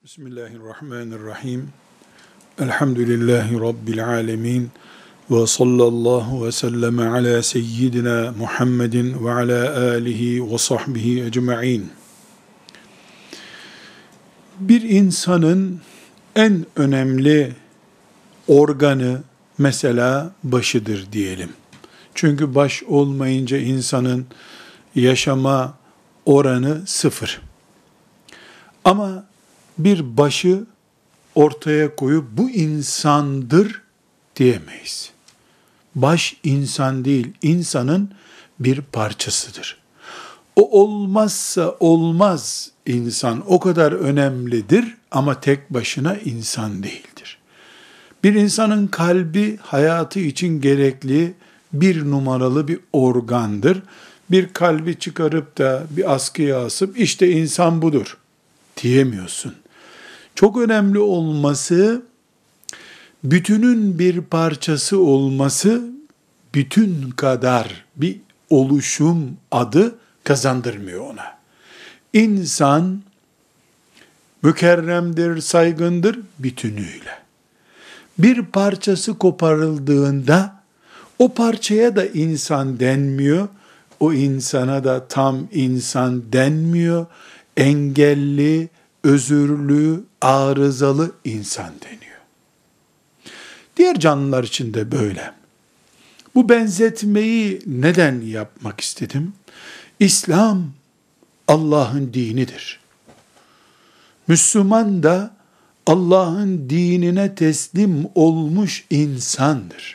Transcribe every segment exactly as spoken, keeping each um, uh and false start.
Bismillahirrahmanirrahim. Elhamdülillahi Rabbil alemin. Ve sallallahu ve sellem ala seyyidina Muhammedin ve ala alihi ve sahbihi ecma'in. Bir insanın en önemli organı mesela başıdır diyelim. Çünkü baş olmayınca insanın yaşama oranı sıfır. Ama bir başı ortaya koyup bu insandır diyemeyiz. Baş insan değil, insanın bir parçasıdır. O olmazsa olmaz insan, o kadar önemlidir ama tek başına insan değildir. Bir insanın kalbi hayatı için gerekli bir numaralı bir organdır. Bir kalbi çıkarıp da bir askıya asıp işte insan budur diyemiyorsun. Çok önemli olması, bütünün bir parçası olması, bütün kadar bir oluşum adı kazandırmıyor ona. İnsan mükerremdir, saygındır bütünüyle. Bir parçası koparıldığında o parçaya da insan denmiyor, o insana da tam insan denmiyor. Engelli, özürlü, arızalı insan deniyor. Diğer canlılar için de böyle. Bu benzetmeyi neden yapmak istedim? İslam Allah'ın dinidir. Müslüman da Allah'ın dinine teslim olmuş insandır.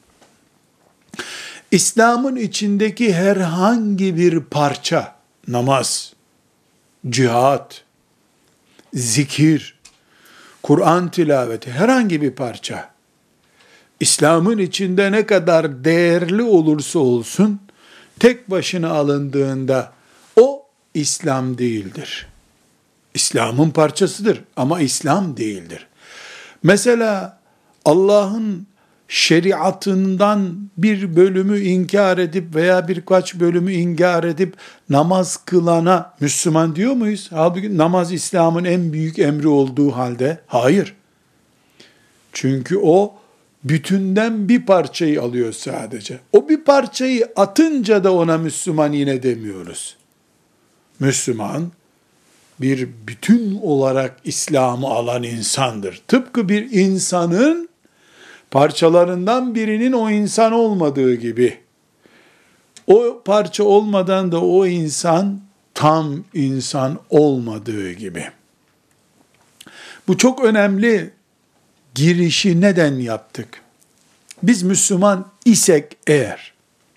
İslam'ın içindeki herhangi bir parça, namaz, cihat, zikir, Kur'an tilaveti, herhangi bir parça, İslam'ın içinde ne kadar değerli olursa olsun, tek başına alındığında o İslam değildir. İslam'ın parçasıdır ama İslam değildir. Mesela Allah'ın şeriatından bir bölümü inkar edip veya birkaç bölümü inkar edip namaz kılana Müslüman diyor muyuz? Halbuki namaz İslam'ın en büyük emri olduğu halde hayır. Çünkü o bütünden bir parçayı alıyor sadece. O bir parçayı atınca da ona Müslüman yine demiyoruz. Müslüman bir bütün olarak İslam'ı alan insandır. Tıpkı bir insanın parçalarından birinin o insan olmadığı gibi, o parça olmadan da o insan tam insan olmadığı gibi. Bu çok önemli girişi neden yaptık? Biz Müslüman isek eğer,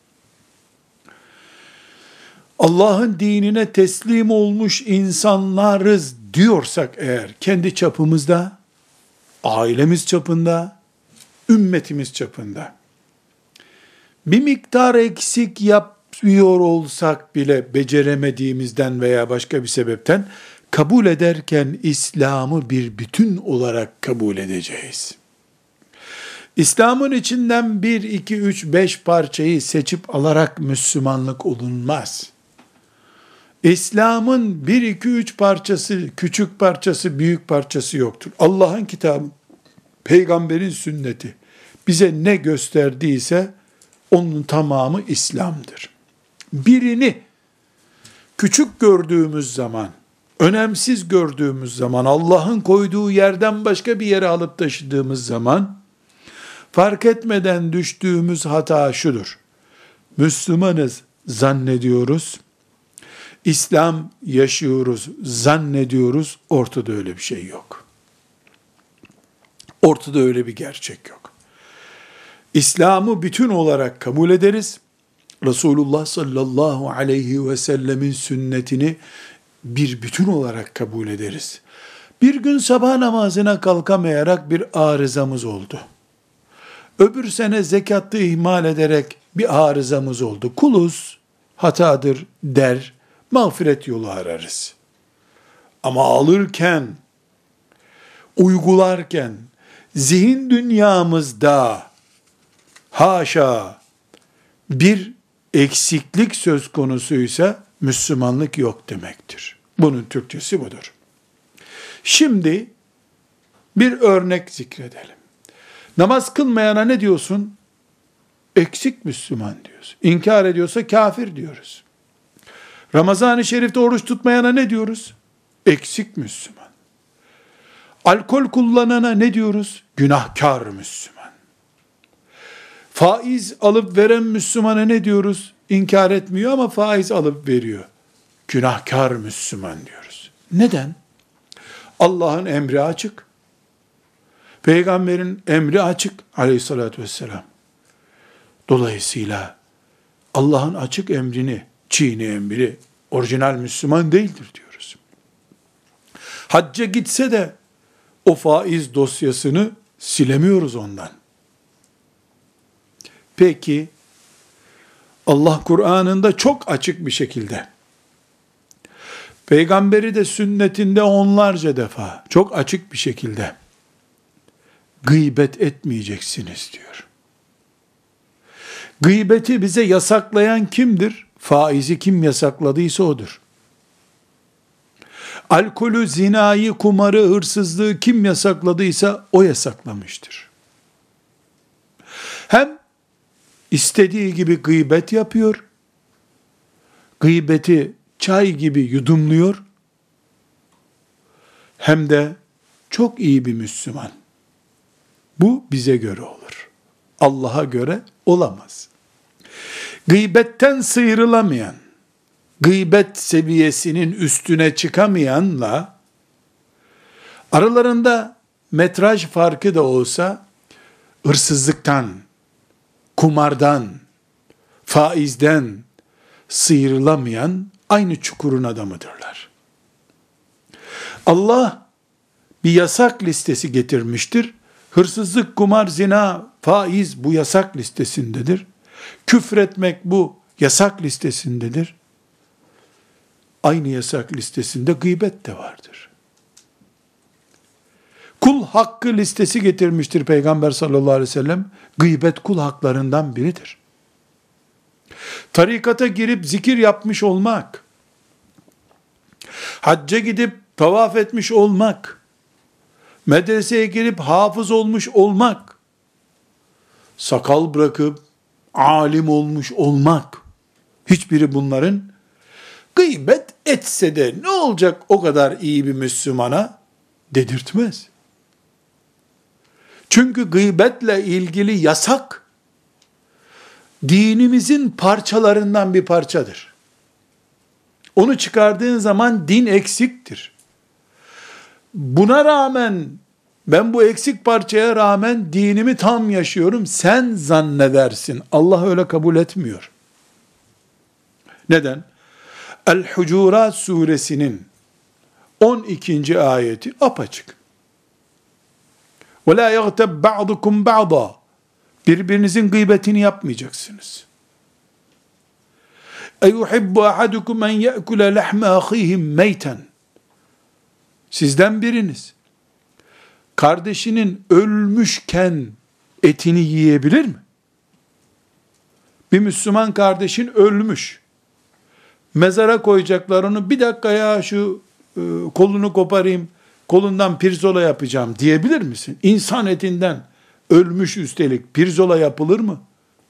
Allah'ın dinine teslim olmuş insanlarız diyorsak eğer, kendi çapımızda, ailemiz çapında, ümmetimiz çapında bir miktar eksik yapıyor olsak bile beceremediğimizden veya başka bir sebepten kabul ederken İslam'ı bir bütün olarak kabul edeceğiz. İslam'ın içinden bir, iki, üç, beş parçayı seçip alarak Müslümanlık olunmaz. İslam'ın bir, iki, üç parçası, küçük parçası, büyük parçası yoktur. Allah'ın kitabı, Peygamberin sünneti bize ne gösterdiyse onun tamamı İslam'dır. Birini küçük gördüğümüz zaman, önemsiz gördüğümüz zaman, Allah'ın koyduğu yerden başka bir yere alıp taşıdığımız zaman, fark etmeden düştüğümüz hata şudur: Müslümanız zannediyoruz, İslam yaşıyoruz zannediyoruz, ortada öyle bir şey yok. Ortada öyle bir gerçek yok. İslam'ı bütün olarak kabul ederiz. Resulullah sallallahu aleyhi ve sellemin sünnetini bir bütün olarak kabul ederiz. Bir gün sabah namazına kalkamayarak bir arızamız oldu. Öbür sene zekatı ihmal ederek bir arızamız oldu. Kuluz, hatadır der, mağfiret yolu ararız. Ama alırken, uygularken, zihin dünyamızda haşa bir eksiklik söz konusuysa Müslümanlık yok demektir. Bunun Türkçesi budur. Şimdi bir örnek zikredelim. Namaz kılmayana ne diyorsun? Eksik Müslüman diyoruz. İnkar ediyorsa kafir diyoruz. Ramazan-ı Şerif'te oruç tutmayana ne diyoruz? Eksik Müslüman. Alkol kullanana ne diyoruz? Günahkar Müslüman. Faiz alıp veren Müslümana ne diyoruz? İnkar etmiyor ama faiz alıp veriyor. Günahkar Müslüman diyoruz. Neden? Allah'ın emri açık. Peygamberin emri açık aleyhissalatü vesselam. Dolayısıyla Allah'ın açık emrini çiğneyen biri orijinal Müslüman değildir diyoruz. Hacca gitse de o faiz dosyasını silemiyoruz ondan. Peki Allah Kur'an'ında çok açık bir şekilde, Peygamberi de sünnetinde onlarca defa çok açık bir şekilde gıybet etmeyeceksiniz diyor. Gıybeti bize yasaklayan kimdir? Faizi kim yasakladıysa odur. Alkolü, zinayı, kumarı, hırsızlığı kim yasakladıysa o yasaklamıştır. Hem istediği gibi gıybet yapıyor, gıybeti çay gibi yudumluyor, hem de çok iyi bir Müslüman. Bu bize göre olur. Allah'a göre olamaz. Gıybetten sıyrılamayan, gıybet seviyesinin üstüne çıkamayanla, aralarında metraj farkı da olsa, hırsızlıktan, kumardan, faizden sıyrılamayan aynı çukurun adamıdırlar. Allah bir yasak listesi getirmiştir. Hırsızlık, kumar, zina, faiz bu yasak listesindedir. Küfretmek bu yasak listesindedir. Aynı yasak listesinde gıybet de vardır. Kul hakkı listesi getirmiştir Peygamber sallallahu aleyhi ve sellem. Gıybet kul haklarından biridir. Tarikata girip zikir yapmış olmak, hacca gidip tavaf etmiş olmak, medreseye girip hafız olmuş olmak, sakal bırakıp alim olmuş olmak, hiçbiri bunların gıybet etse de ne olacak o kadar iyi bir Müslümana dedirtmez. Çünkü gıybetle ilgili yasak, dinimizin parçalarından bir parçadır. Onu çıkardığın zaman din eksiktir. Buna rağmen, ben bu eksik parçaya rağmen dinimi tam yaşıyorum, sen zannedersin. Allah öyle kabul etmiyor. Neden? El-Hucurat suresinin on ikinci ayeti apaçık. وَلَا يَغْتَبْ بَعْضُكُمْ بَعْضًا Birbirinizin gıybetini yapmayacaksınız. اَيُحِبُّ أَحَدُكُمْ اَنْ يَأْكُلَ لَحْمَ أَخِيهِمْ مَيْتًا Sizden biriniz, kardeşinin ölmüşken etini yiyebilir mi? Bir Müslüman kardeşin ölmüş. Mezara koyacaklar onu, bir dakika ya şu e, kolunu koparayım, kolundan pirzola yapacağım diyebilir misin? İnsan etinden ölmüş üstelik pirzola yapılır mı?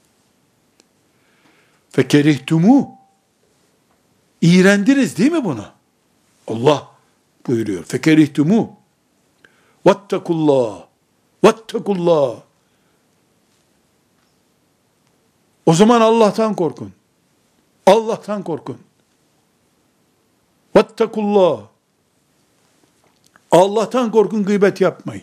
Fekerihtumu İğrendiniz değil mi bunu? Allah buyuruyor. Fekerihtumu vettakullah vettakullah O zaman Allah'tan korkun. Allah'tan korkun. Vettakullah Allah'tan korkun, gıybet yapmayın.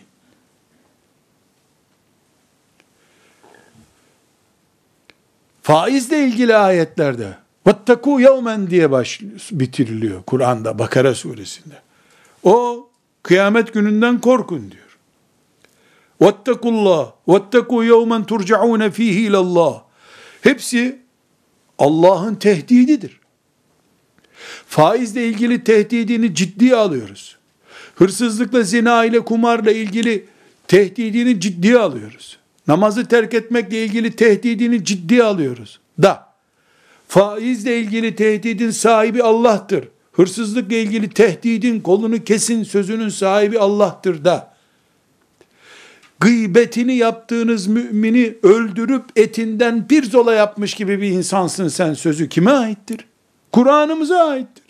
Faizle ilgili ayetlerde "Vettekû yevmen" diye baş, bitiriliyor Kur'an'da, Bakara suresinde. O kıyamet gününden korkun diyor. "Vettekullah vettekû yevmen turcaûne fîhî ilallah." Hepsi Allah'ın tehdididir. Faizle ilgili tehdidini ciddiye alıyoruz. Hırsızlıkla, zina ile, kumarla ilgili tehdidini ciddiye alıyoruz. Namazı terk etmekle ilgili tehdidini ciddiye alıyoruz. Da faizle ilgili tehdidin sahibi Allah'tır. hırsızlıkla ilgili tehdidin kolunu kesin sözünün sahibi Allah'tır da, gıybetini yaptığınız mümini öldürüp etinden pirzola yapmış gibi bir insansın sen sözü kime aittir? Kur'an'ımıza aittir.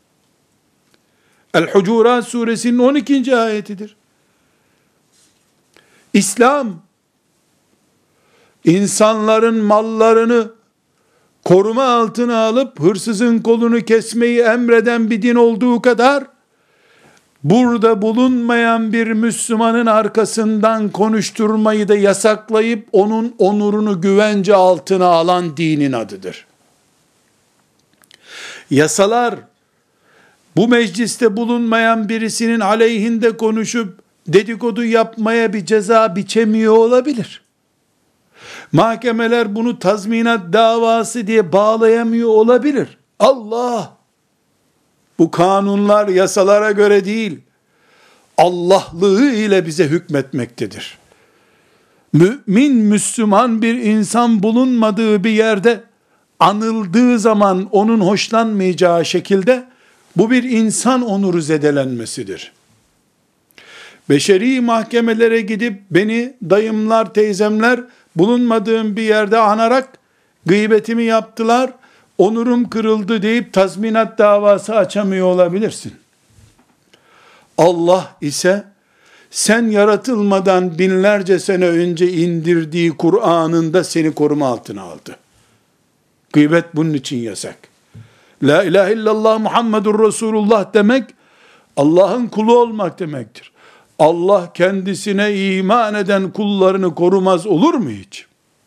El-Hucurat suresinin on ikinci ayetidir. İslam, insanların mallarını koruma altına alıp hırsızın kolunu kesmeyi emreden bir din olduğu kadar, burada bulunmayan bir Müslümanın arkasından konuşturmayı da yasaklayıp onun onurunu güvence altına alan dinin adıdır. Yasalar, bu mecliste bulunmayan birisinin aleyhinde konuşup dedikodu yapmaya bir ceza biçemiyor olabilir. Mahkemeler bunu tazminat davası diye bağlayamıyor olabilir. Allah, bu kanunlar yasalara göre değil, Allah'lığı ile bize hükmetmektedir. Mümin, Müslüman bir insan bulunmadığı bir yerde anıldığı zaman onun hoşlanmayacağı şekilde bu bir insan onuru zedelenmesidir. Beşeri mahkemelere gidip beni dayımlar, teyzemler bulunmadığım bir yerde anarak gıybetimi yaptılar, onurum kırıldı deyip tazminat davası açamıyor olabilirsin. Allah ise sen yaratılmadan binlerce sene önce indirdiği Kur'an'ında seni koruma altına aldı. Gıybet bunun için yasak. La ilahe illallah Muhammedur Resulullah demek, Allah'ın kulu olmak demektir. Allah kendisine iman eden kullarını korumaz olur mu hiç?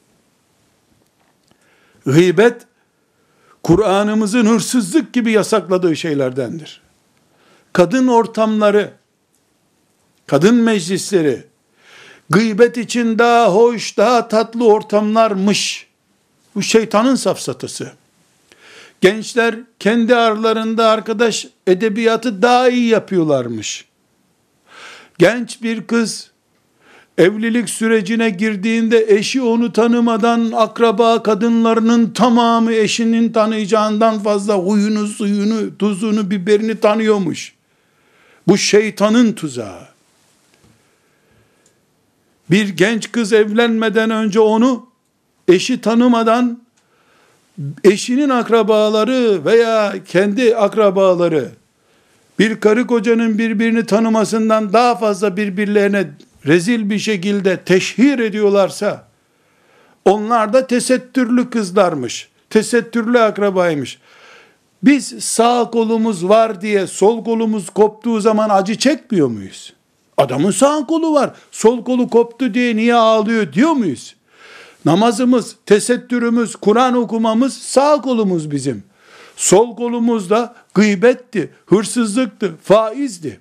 Gıybet, Kur'an'ımızın hırsızlık gibi yasakladığı şeylerdendir. Kadın ortamları, kadın meclisleri, gıybet için daha hoş, daha tatlı ortamlarmış. Bu şeytanın safsatası. Gençler kendi aralarında arkadaş edebiyatı daha iyi yapıyorlarmış. Genç bir kız evlilik sürecine girdiğinde eşi onu tanımadan akraba kadınlarının tamamı eşinin tanıyacağından fazla huyunu, suyunu, tuzunu, biberini tanıyormuş. Bu şeytanın tuzağı. Bir genç kız evlenmeden önce onu eşi tanımadan eşinin akrabaları veya kendi akrabaları bir karı kocanın birbirini tanımasından daha fazla birbirlerine rezil bir şekilde teşhir ediyorlarsa, onlar da tesettürlü kızlarmış, tesettürlü akrabaymış. Biz sağ kolumuz var diye sol kolumuz koptuğu zaman acı çekmiyor muyuz? Adamın sağ kolu var, sol kolu koptu diye niye ağlıyor diyor muyuz? Namazımız, tesettürümüz, Kur'an okumamız sağ kolumuz bizim. Sol kolumuz da gıybetti, hırsızlıktı, faizdi.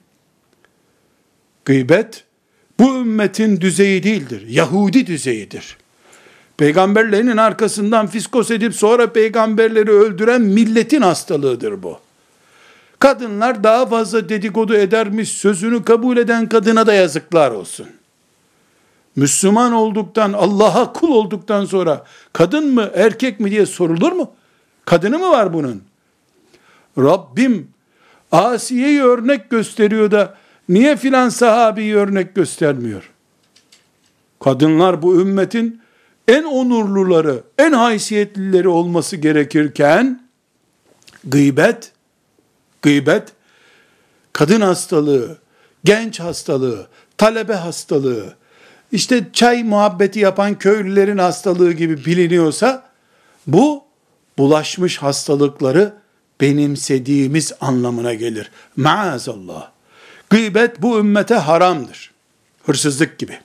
Gıybet, bu ümmetin düzeyi değildir. Yahudi düzeyidir. Peygamberlerinin arkasından fiskos edip sonra peygamberleri öldüren milletin hastalığıdır bu. Kadınlar daha fazla dedikodu edermiş sözünü kabul eden kadına da yazıklar olsun. Müslüman olduktan, Allah'a kul olduktan sonra kadın mı erkek mi diye sorulur mu? Kadını mı var bunun? Rabbim Asiye'yi örnek gösteriyor da niye filan sahabeyi örnek göstermiyor? Kadınlar bu ümmetin en onurluları, en haysiyetlileri olması gerekirken gıybet, gıybet, kadın hastalığı, genç hastalığı, talebe hastalığı, işte çay muhabbeti yapan köylülerin hastalığı gibi biliniyorsa, bu bulaşmış hastalıkları benimsediğimiz anlamına gelir. Maazallah. Gıybet bu ümmete haramdır. Hırsızlık gibi.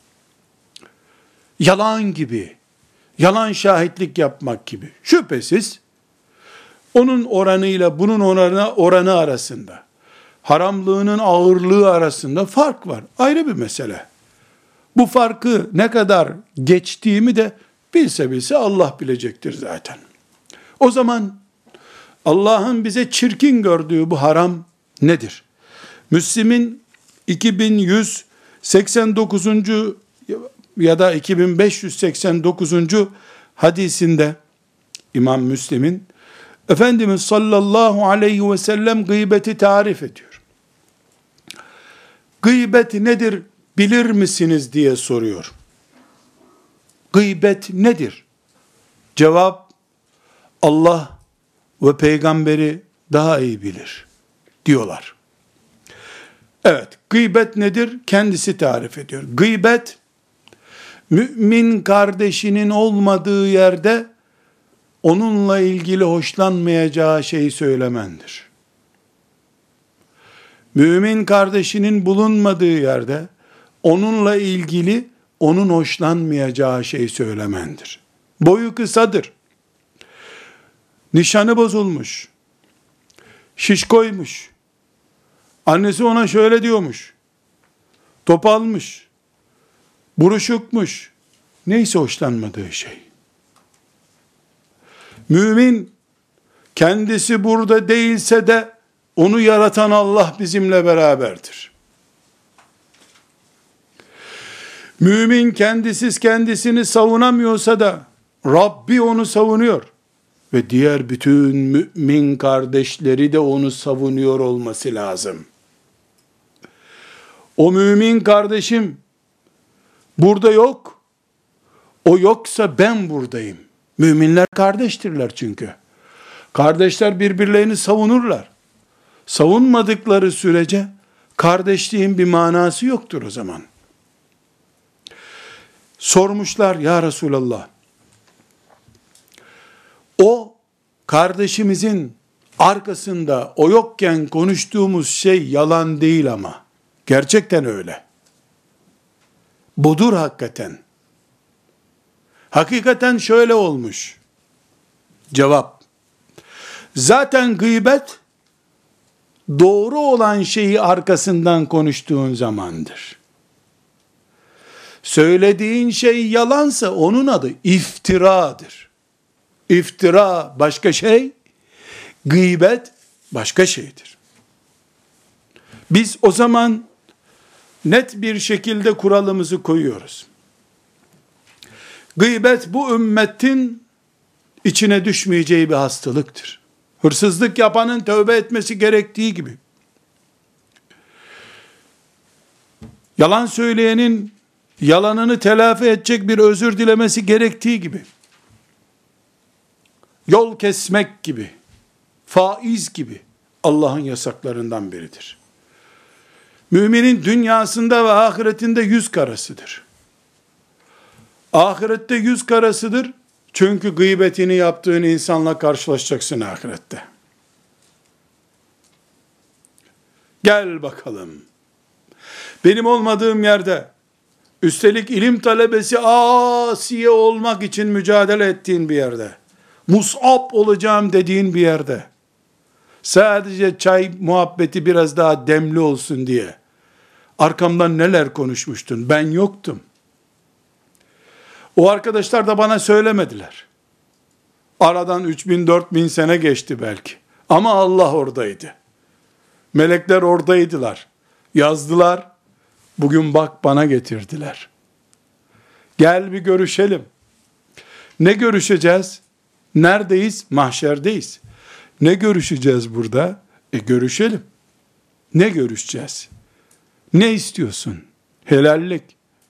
Yalan gibi. Yalan şahitlik yapmak gibi. Şüphesiz onun oranıyla bunun oranı, oranı arasında, haramlığının ağırlığı arasında fark var. Ayrı bir mesele. Bu farkı ne kadar geçtiğimi de bilse bilse Allah bilecektir zaten. O zaman Allah'ın bize çirkin gördüğü bu haram nedir? Müslim'in iki bin yüz seksen dokuzuncu ya da iki bin beş yüz seksen dokuzuncu hadisinde İmam Müslim'in Efendimiz sallallahu aleyhi ve sellem gıybeti tarif ediyor. Gıybet nedir bilir misiniz diye soruyor. Gıybet nedir? Cevap, Allah ve peygamberi daha iyi bilir diyorlar. Evet, gıybet nedir? Kendisi tarif ediyor. Gıybet, mümin kardeşinin olmadığı yerde onunla ilgili hoşlanmayacağı şeyi söylemendir. Mümin kardeşinin bulunmadığı yerde onunla ilgili onun hoşlanmayacağı şeyi söylemendir. Boyu kısadır. Nişanı bozulmuş. Şişkoymuş. Annesi ona şöyle diyormuş. Topalmış. Buruşukmuş. Neyse hoşlanmadığı şey. Mümin kendisi burada değilse de onu yaratan Allah bizimle beraberdir. Mümin kendisiz kendisini savunamıyorsa da Rabbi onu savunuyor. Ve diğer bütün mümin kardeşleri de onu savunuyor olması lazım. O mümin kardeşim burada yok. O yoksa ben buradayım. Müminler kardeştirler çünkü. Kardeşler birbirlerini savunurlar. Savunmadıkları sürece kardeşliğin bir manası yoktur o zaman. Sormuşlar, ya Resulallah, o kardeşimizin arkasında o yokken konuştuğumuz şey yalan değil ama gerçekten öyle. Budur hakikaten. Hakikaten şöyle olmuş. Cevap, zaten gıybet doğru olan şeyi arkasından konuştuğun zamandır. Söylediğin şey yalansa onun adı iftiradır. İftira başka şey, gıybet başka şeydir. Biz o zaman net bir şekilde kuralımızı koyuyoruz. Gıybet bu ümmetin içine düşmeyeceği bir hastalıktır. Hırsızlık yapanın tövbe etmesi gerektiği gibi, yalan söyleyenin yalanını telafi edecek bir özür dilemesi gerektiği gibi, yol kesmek gibi, faiz gibi Allah'ın yasaklarından biridir. Müminin dünyasında ve ahiretinde yüz karasıdır. Ahirette yüz karasıdır. Çünkü gıybetini yaptığın insanla karşılaşacaksın ahirette. Gel bakalım. Benim olmadığım yerde, üstelik ilim talebesi Asiye olmak için mücadele ettiğin bir yerde, Mus'ab olacağım dediğin bir yerde, sadece çay muhabbeti biraz daha demli olsun diye, arkamdan neler konuşmuştun? Ben yoktum. O arkadaşlar da bana söylemediler. Aradan üç bin dört bin sene geçti belki. Ama Allah oradaydı. Melekler oradaydılar. Yazdılar. Bugün bak bana getirdiler. Gel bir görüşelim. Ne görüşeceğiz? Neredeyiz? Mahşerdeyiz. Ne görüşeceğiz burada? E görüşelim. Ne görüşeceğiz? Ne istiyorsun? Helallik.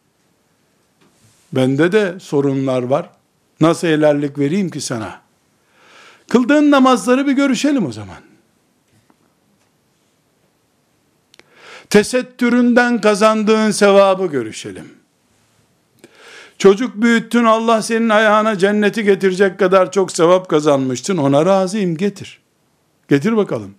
Bende de sorunlar var. Nasıl helallik vereyim ki sana? Kıldığın namazları bir görüşelim o zaman. Tesettüründen kazandığın sevabı görüşelim. Çocuk büyüttün, Allah senin ayağına cenneti getirecek kadar çok sevap kazanmıştın. Ona razıyım, getir. Getir bakalım.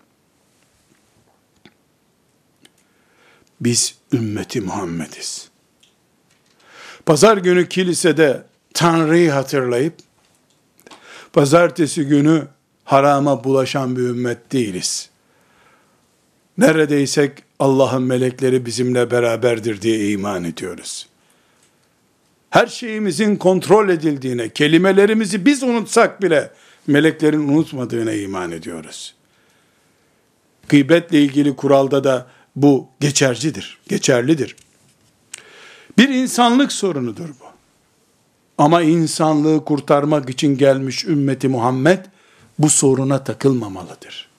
Biz ümmeti Muhammediz. Pazar günü kilisede Tanrı'yı hatırlayıp, pazartesi günü harama bulaşan bir ümmet değiliz. Neredeysek Allah'ın melekleri bizimle beraberdir diye iman ediyoruz. Her şeyimizin kontrol edildiğine, kelimelerimizi biz unutsak bile meleklerin unutmadığına iman ediyoruz. Gıybetle ilgili kuralda da bu geçerlidir, geçerlidir. Bir insanlık sorunudur bu. Ama insanlığı kurtarmak için gelmiş ümmeti Muhammed bu soruna takılmamalıdır.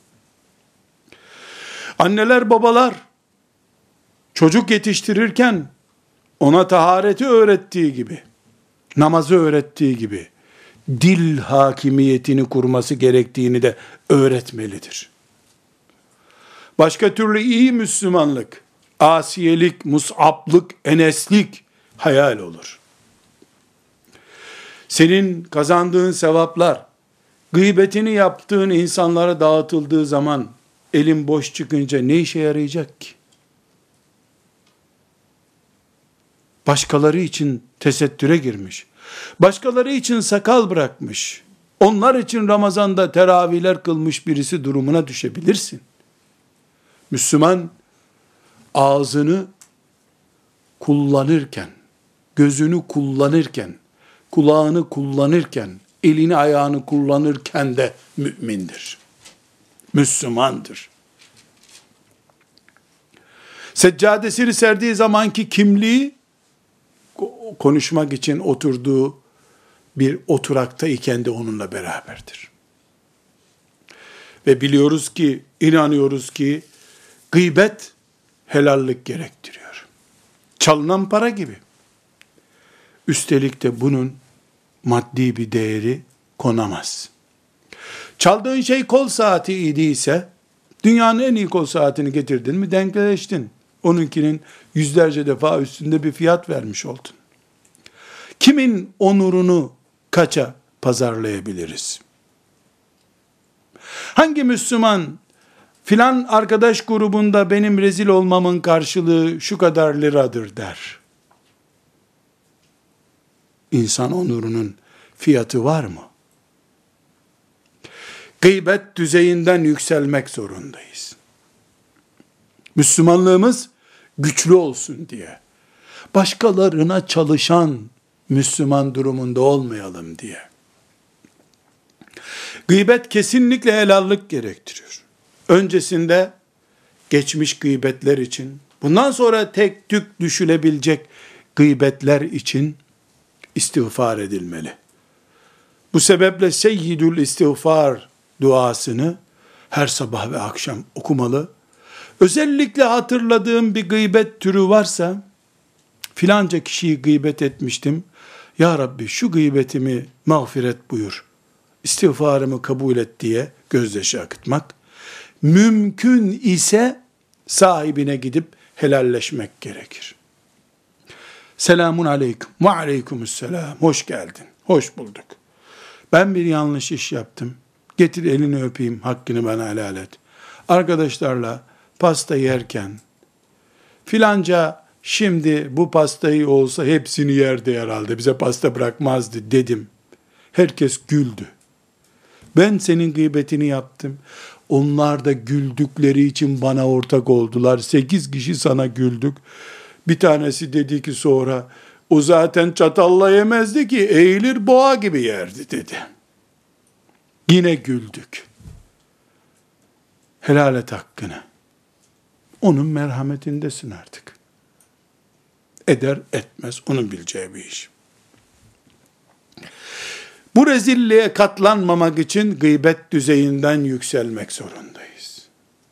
Anneler babalar çocuk yetiştirirken ona tahareti öğrettiği gibi, namazı öğrettiği gibi, dil hakimiyetini kurması gerektiğini de öğretmelidir. Başka türlü iyi Müslümanlık, asiyelik, mus'ablık, eneslik hayal olur. Senin kazandığın sevaplar, gıybetini yaptığın insanlara dağıtıldığı zaman, elin boş çıkınca ne işe yarayacak ki? Başkaları için tesettüre girmiş, başkaları için sakal bırakmış, onlar için Ramazan'da teravihler kılmış birisi durumuna düşebilirsin. Müslüman, ağzını kullanırken, gözünü kullanırken, kulağını kullanırken, elini ayağını kullanırken de mümindir. Müslümandır. Seccadesini serdiği zamanki kimliği, konuşmak için oturduğu bir oturakta iken de onunla beraberdir. Ve biliyoruz ki, inanıyoruz ki, gıybet helallik gerektiriyor. Çalınan para gibi. Üstelik de bunun maddi bir değeri konamaz. Çaldığın şey kol saati idiyse, dünyanın en iyi kol saatini getirdin mi denkleştin. Onunkinin yüzlerce defa üstünde bir fiyat vermiş oldun. Kimin onurunu kaça pazarlayabiliriz? Hangi Müslüman filan arkadaş grubunda benim rezil olmamın karşılığı şu kadar liradır der? İnsan onurunun fiyatı var mı? Gıybet düzeyinden yükselmek zorundayız. Müslümanlığımız güçlü olsun diye. Başkalarına çalışan Müslüman durumunda olmayalım diye. Gıybet kesinlikle helallik gerektiriyor. Öncesinde geçmiş gıybetler için, bundan sonra tek tük düşülebilecek gıybetler için istiğfar edilmeli. Bu sebeple seyyidül istiğfar duasını her sabah ve akşam okumalı. Özellikle hatırladığım bir gıybet türü varsa, filanca kişiyi gıybet etmiştim, Ya Rabbi şu gıybetimi mağfiret buyur, istiğfarımı kabul et diye gözyaşı akıtmak, mümkün ise sahibine gidip helalleşmek gerekir. Selamun aleyküm ve aleykümüsselam, hoş geldin, hoş bulduk. Ben bir yanlış iş yaptım, getir elini öpeyim, hakkını bana helal et. Arkadaşlarla pasta yerken, filanca şimdi bu pastayı olsa hepsini yerdi herhalde, bize pasta bırakmazdı dedim. Herkes güldü. Ben senin gıybetini yaptım. Onlar da güldükleri için bana ortak oldular. Sekiz kişi sana güldük. Bir tanesi dedi ki sonra, o zaten çatalla yemezdi ki, eğilir boğa gibi yerdi dedi. Yine güldük. Helal et hakkını. Onun merhametindesin artık. Eder etmez, onun bileceği bir iş. Bu rezilliğe katlanmamak için gıybet düzeyinden yükselmek zorundayız.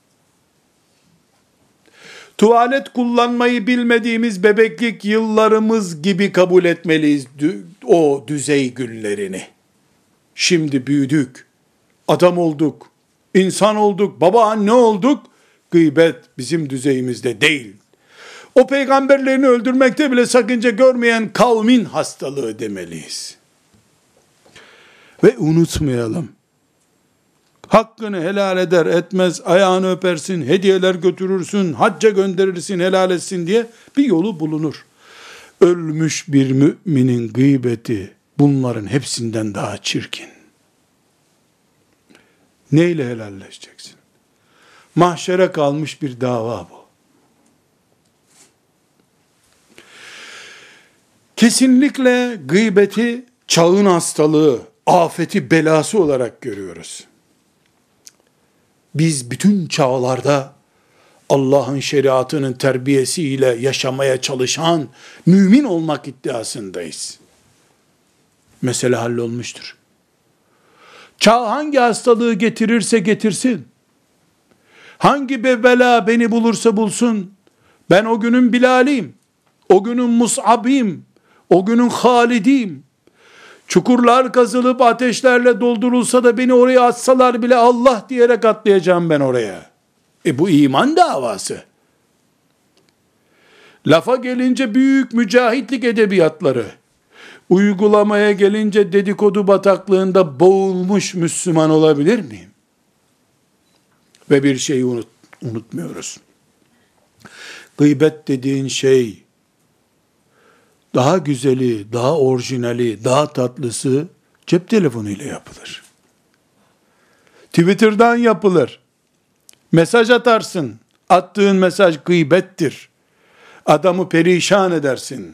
Tuvalet kullanmayı bilmediğimiz bebeklik yıllarımız gibi kabul etmeliyiz o düzey günlerini. Şimdi büyüdük, adam olduk, insan olduk, baba anne olduk, gıybet bizim düzeyimizde değil. O peygamberlerini öldürmekte bile sakınca görmeyen kavmin hastalığı demeliyiz. Ve unutmayalım, hakkını helal eder etmez, ayağını öpersin, hediyeler götürürsün, hacca gönderirsin, helal etsin diye bir yolu bulunur. Ölmüş bir müminin gıybeti bunların hepsinden daha çirkin. Neyle helalleşeceksin? Mahşere kalmış bir dava bu. Kesinlikle gıybeti çağın hastalığı, afeti, belası olarak görüyoruz. Biz bütün çağlarda Allah'ın şeriatının terbiyesiyle yaşamaya çalışan mümin olmak iddiasındayız. Mesele hallolmuştur. Çağ hangi hastalığı getirirse getirsin, hangi bir bela beni bulursa bulsun, ben o günün Bilal'iyim, o günün Mus'ab'iyim, o günün Halid'iyim. Çukurlar kazılıp ateşlerle doldurulsa da beni oraya atsalar bile Allah diyerek atlayacağım ben oraya. E bu iman davası. Lafa gelince büyük mücahitlik edebiyatları, uygulamaya gelince dedikodu bataklığında boğulmuş Müslüman olabilir miyim? Ve bir şeyi unut, unutmuyoruz. Gıybet dediğin şey, daha güzeli, daha orijinali, daha tatlısı cep telefonuyla yapılır. Twitter'dan yapılır. Mesaj atarsın. Attığın mesaj gıybettir. Adamı perişan edersin.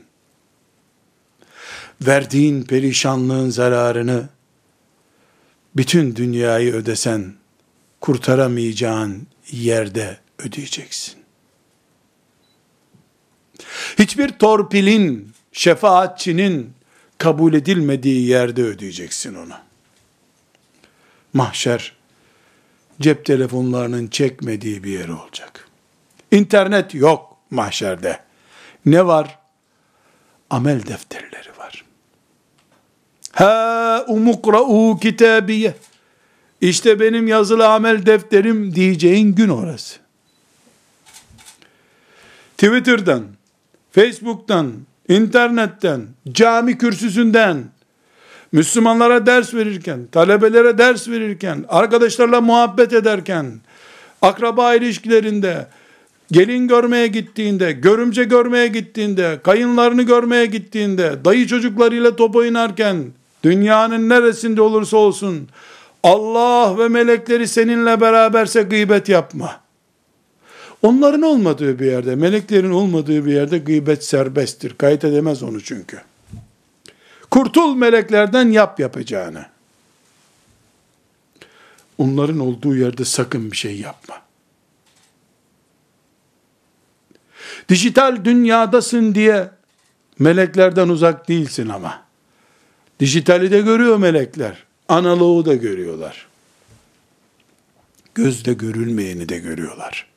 Verdiğin perişanlığın zararını bütün dünyayı ödesen kurtaramayacağın yerde ödeyeceksin. Hiçbir torpilin, şefaatçinin kabul edilmediği yerde ödeyeceksin onu. Mahşer, cep telefonlarının çekmediği bir yer olacak. İnternet yok mahşerde. Ne var? Amel defterleri var. Ha umukra'u kitabiye. İşte benim yazılı amel defterim diyeceğin gün orası. Twitter'dan, Facebook'tan, internetten, cami kürsüsünden, Müslümanlara ders verirken, talebelere ders verirken, arkadaşlarla muhabbet ederken, akraba ilişkilerinde, gelin görmeye gittiğinde, görümce görmeye gittiğinde, kayınlarını görmeye gittiğinde, dayı çocuklarıyla top oynarken, dünyanın neresinde olursa olsun, Allah ve melekleri seninle beraberse gıybet yapma. Onların olmadığı bir yerde, meleklerin olmadığı bir yerde gıybet serbesttir. Kayıt edemez onu çünkü. Kurtul meleklerden, yap yapacağını. Onların olduğu yerde sakın bir şey yapma. Dijital dünyadasın diye meleklerden uzak değilsin ama. Dijitali de görüyor melekler. Analoğu da görüyorlar. Gözle görülmeyeni de görüyorlar.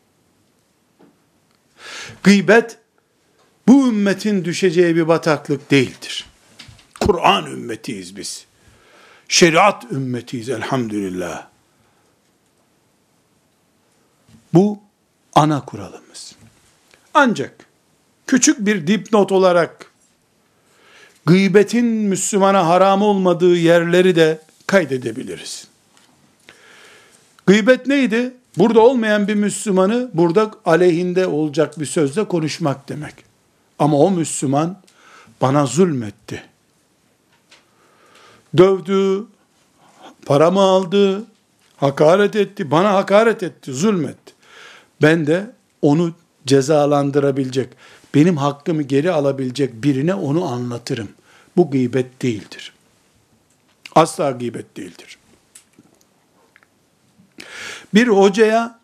Gıybet, bu ümmetin düşeceği bir bataklık değildir. Kur'an ümmetiyiz biz. Şeriat ümmetiyiz elhamdülillah. Bu ana kuralımız. Ancak küçük bir dipnot olarak gıybetin Müslümana haram olmadığı yerleri de kaydedebiliriz. Gıybet neydi? Burada olmayan bir Müslümanı burada aleyhinde olacak bir sözle konuşmak demek. Ama o Müslüman bana zulmetti. Dövdü, paramı aldı, hakaret etti, bana hakaret etti, zulmetti. Ben de onu cezalandırabilecek, benim hakkımı geri alabilecek birine onu anlatırım. Bu gıybet değildir. Asla gıybet değildir. Bir hocaya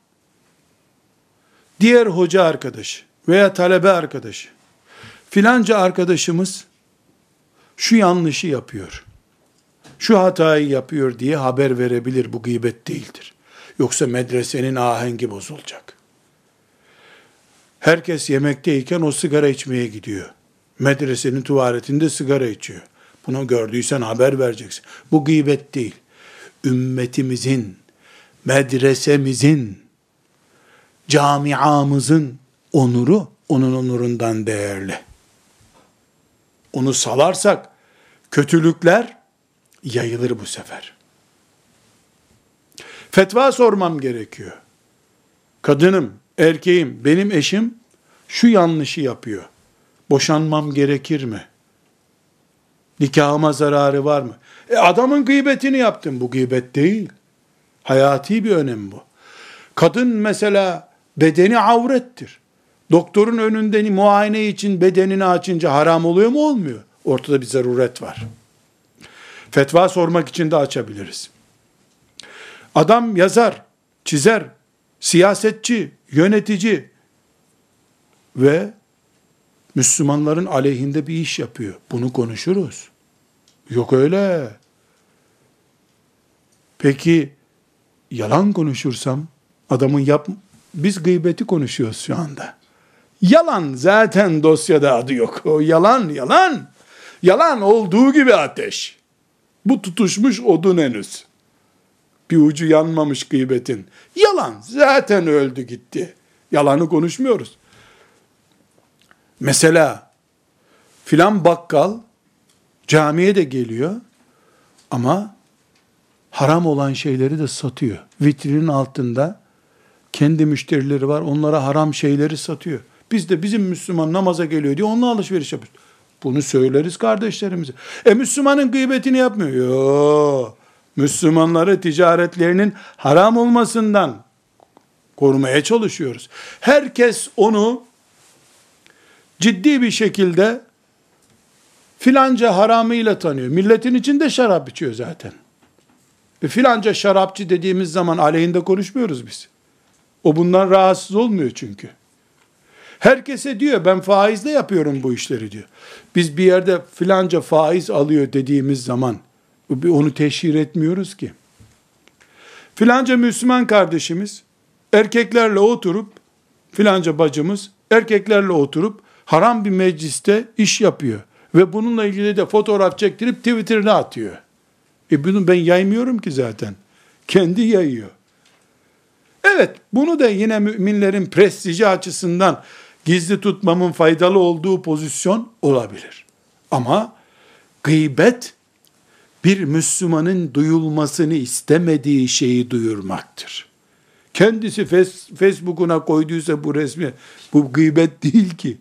diğer hoca arkadaşı veya talebe arkadaşı, filanca arkadaşımız şu yanlışı yapıyor, şu hatayı yapıyor diye haber verebilir. Bu gıybet değildir. Yoksa medresenin ahengi bozulacak. Herkes yemekteyken o sigara içmeye gidiyor. Medresenin tuvaletinde sigara içiyor. Bunu gördüysen haber vereceksin. Bu gıybet değil. Ümmetimizin, medresemizin, camiamızın onuru, onun onurundan değerli. Onu salarsak, kötülükler yayılır bu sefer. Fetva sormam gerekiyor. Kadınım, erkeğim, benim eşim şu yanlışı yapıyor. Boşanmam gerekir mi? Nikahıma zararı var mı? E adamın gıybetini yaptım. Bu gıybet değil. Hayati bir önem bu. Kadın mesela bedeni avrettir. Doktorun önünde muayene için bedenini açınca haram oluyor mu? Olmuyor. Ortada bir zaruret var. Fetva sormak için de açabiliriz. Adam yazar, çizer, siyasetçi, yönetici ve Müslümanların aleyhinde bir iş yapıyor. Bunu konuşuruz. Yok öyle. Peki yalan konuşursam, adamın yap, biz gıybeti konuşuyoruz şu anda. Yalan zaten dosyada adı yok. O yalan, yalan. Yalan olduğu gibi ateş. Bu tutuşmuş odun henüz. Bir ucu yanmamış gıybetin. Yalan zaten öldü gitti. Yalanı konuşmuyoruz. Mesela filan bakkal camiye de geliyor ama haram olan şeyleri de satıyor. Vitrinin altında kendi müşterileri var, onlara haram şeyleri satıyor. Biz de bizim Müslüman namaza geliyor diye onunla alışveriş yapıyoruz. Bunu söyleriz kardeşlerimize. E Müslümanın gıybetini yapmıyor. Yo, Müslümanları ticaretlerinin haram olmasından korumaya çalışıyoruz. Herkes onu ciddi bir şekilde filanca haramıyla tanıyor. Milletin içinde şarap içiyor zaten. E filanca şarapçı dediğimiz zaman aleyhinde konuşmuyoruz biz. O bundan rahatsız olmuyor çünkü. Herkese diyor ben faizle yapıyorum bu işleri diyor. Biz bir yerde filanca faiz alıyor dediğimiz zaman onu teşhir etmiyoruz ki. Filanca Müslüman kardeşimiz erkeklerle oturup, filanca bacımız erkeklerle oturup haram bir mecliste iş yapıyor. Ve bununla ilgili de fotoğraf çektirip Twitter'ına atıyor. E bunu ben yaymıyorum ki zaten. Kendi yayıyor. Evet, bunu da yine müminlerin prestiji açısından gizli tutmamın faydalı olduğu pozisyon olabilir. Ama gıybet, bir Müslümanın duyulmasını istemediği şeyi duyurmaktır. Kendisi Facebook'una koyduysa bu resmi, bu gıybet değil ki.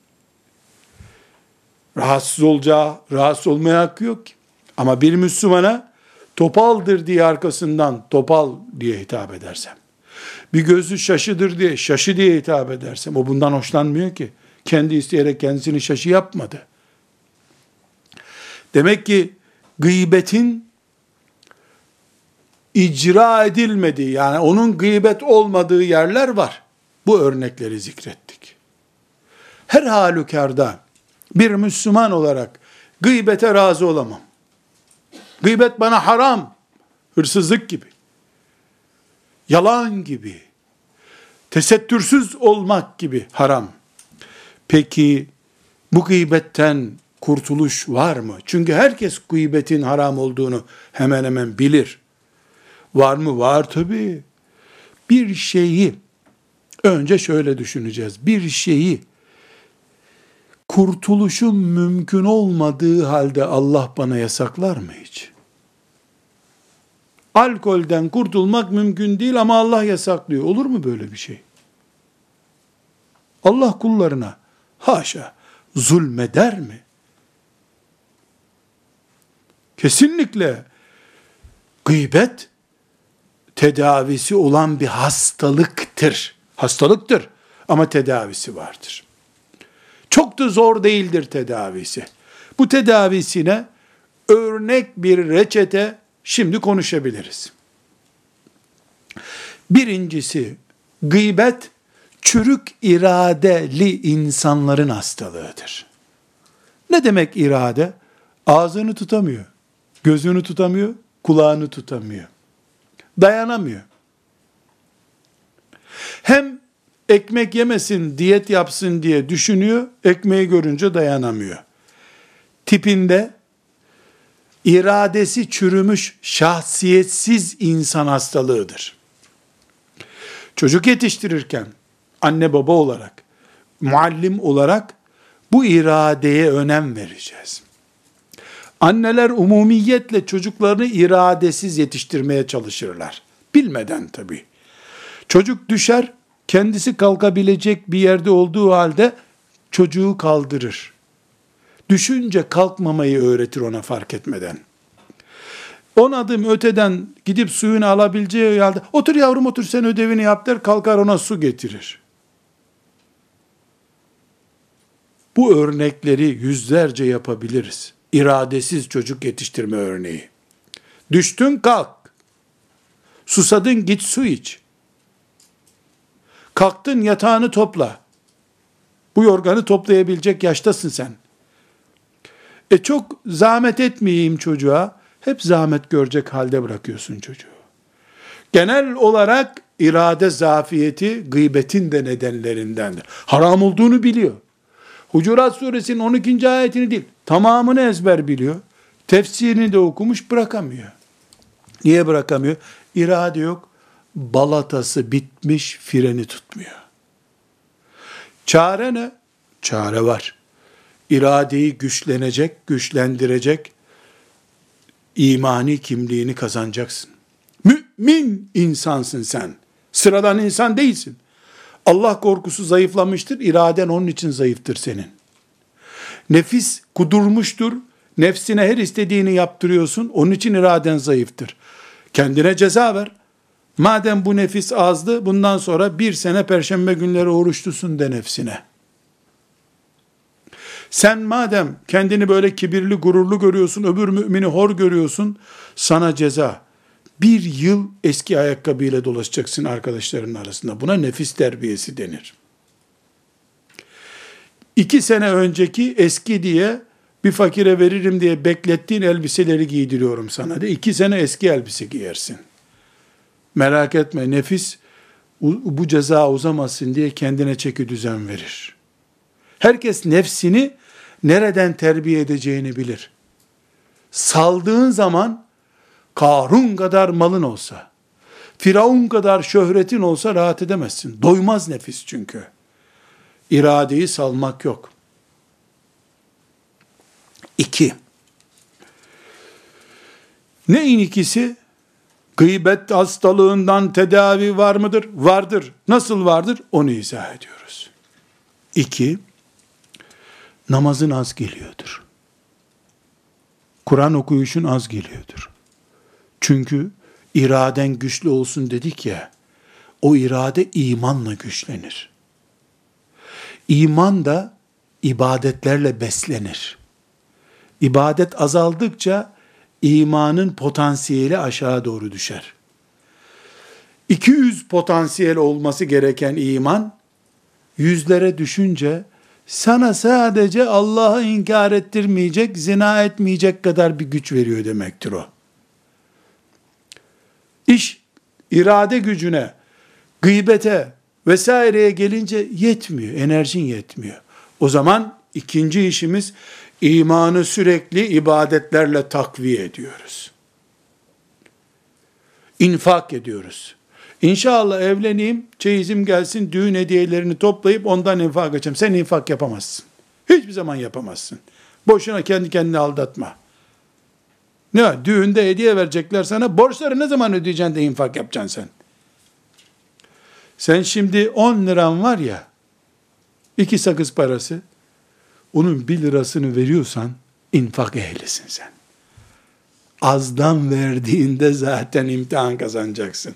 Rahatsız olacağı, rahatsız olmaya hakkı yok ki. Ama bir Müslümana topaldır diye arkasından topal diye hitap edersem, bir gözü şaşıdır diye şaşı diye hitap edersem, o bundan hoşlanmıyor ki. Kendi isteyerek kendisini şaşı yapmadı. Demek ki gıybetin icra edilmediği, yani onun gıybet olmadığı yerler var. Bu örnekleri zikrettik. Her halükarda bir Müslüman olarak gıybete razı olamam. Gıybet bana haram, hırsızlık gibi, yalan gibi, tesettürsüz olmak gibi haram. Peki bu gıybetten kurtuluş var mı? Çünkü herkes gıybetin haram olduğunu hemen hemen bilir. Var mı? Var tabii. Bir şeyi önce şöyle düşüneceğiz. Bir şeyi kurtuluşun mümkün olmadığı halde Allah bana yasaklar mı hiç? Alkolden kurtulmak mümkün değil ama Allah yasaklıyor. Olur mu böyle bir şey? Allah kullarına haşa zulmeder mi? Kesinlikle gıybet tedavisi olan bir hastalıktır. Hastalıktır ama tedavisi vardır. Çok da zor değildir tedavisi. Bu tedavisine örnek bir reçete şimdi konuşabiliriz. Birincisi, gıybet çürük iradeli insanların hastalığıdır. Ne demek irade? Ağzını tutamıyor, gözünü tutamıyor, kulağını tutamıyor. Dayanamıyor. Hem ekmek yemesin, diyet yapsın diye düşünüyor, ekmeği görünce dayanamıyor. Tipinde iradesi çürümüş, şahsiyetsiz insan hastalığıdır. Çocuk yetiştirirken, anne baba olarak, muallim olarak bu iradeye önem vereceğiz. Anneler umumiyetle çocuklarını iradesiz yetiştirmeye çalışırlar. Bilmeden tabii. Çocuk düşer, kendisi kalkabilecek bir yerde olduğu halde çocuğu kaldırır. Düşünce kalkmamayı öğretir ona fark etmeden. On adım öteden gidip suyunu alabileceği halde, otur yavrum otur sen ödevini yap der, kalkar ona su getirir. Bu örnekleri yüzlerce yapabiliriz. İradesiz çocuk yetiştirme örneği. Düştün kalk. Susadın git su iç. Kalktın yatağını topla. Bu yorganı toplayabilecek yaştasın sen. E çok zahmet etmeyeyim çocuğa. hep zahmet görecek halde bırakıyorsun çocuğu. Genel olarak irade zafiyeti gıybetin de nedenlerindendir. Haram olduğunu biliyor. Hucurat suresinin on ikinci ayetini değil, tamamını ezber biliyor. Tefsirini de okumuş, bırakamıyor. Niye bırakamıyor? İrade yok. Balatası bitmiş, freni tutmuyor. Çare ne? Çare var. İradeyi güçlenecek, güçlendirecek, imani kimliğini kazanacaksın. Mümin insansın sen. Sıradan insan değilsin. Allah korkusu zayıflamıştır, iraden onun için zayıftır senin. Nefis kudurmuştur, nefsine her istediğini yaptırıyorsun, onun için iraden zayıftır. Kendine ceza ver. Madem bu nefis azdı, bundan sonra bir sene perşembe günleri oruçlusun de nefsine. Sen madem kendini böyle kibirli, gururlu görüyorsun, öbür mümini hor görüyorsun, sana ceza. Bir yıl eski ayakkabıyla dolaşacaksın arkadaşların arasında. Buna nefis terbiyesi denir. İki sene önceki eski diye bir fakire veririm diye beklettiğin elbiseleri giydiriyorum sana de. İki sene eski elbise giyersin. Merak etme, nefis bu ceza uzamasın diye kendine çeki düzen verir. Herkes nefsini nereden terbiye edeceğini bilir. Saldığın zaman Karun kadar malın olsa, Firavun kadar şöhretin olsa rahat edemezsin. Doymaz nefis çünkü. İradeyi salmak yok. İki. Neyin ikisi? Gıybet hastalığından tedavi var mıdır? Vardır. Nasıl vardır? Onu izah ediyoruz. İki, namazın az geliyordur. Kur'an okuyuşun az geliyordur. Çünkü iraden güçlü olsun dedik ya, o irade imanla güçlenir. İman da ibadetlerle beslenir. İbadet azaldıkça imanın potansiyeli aşağı doğru düşer. iki yüz potansiyel olması gereken iman, yüzlere düşünce sana sadece Allah'ı inkar ettirmeyecek, zina etmeyecek kadar bir güç veriyor demektir o. İş irade gücüne, gıybete vesaireye gelince yetmiyor, enerjin yetmiyor. O zaman ikinci işimiz, imanı sürekli ibadetlerle takviye ediyoruz. İnfak ediyoruz. İnşallah evleneyim, çeyizim gelsin, düğün hediyelerini toplayıp ondan infak edeceğim. Sen infak yapamazsın. Hiçbir zaman yapamazsın. Boşuna kendi kendini aldatma. Ne? Düğünde hediye verecekler sana, borçları ne zaman ödeyeceksin de infak yapacaksın sen. Sen şimdi on liran var ya, iki sakız parası, onun bir lirasını veriyorsan, infak ehlisin sen. Azdan verdiğinde zaten imtihan kazanacaksın.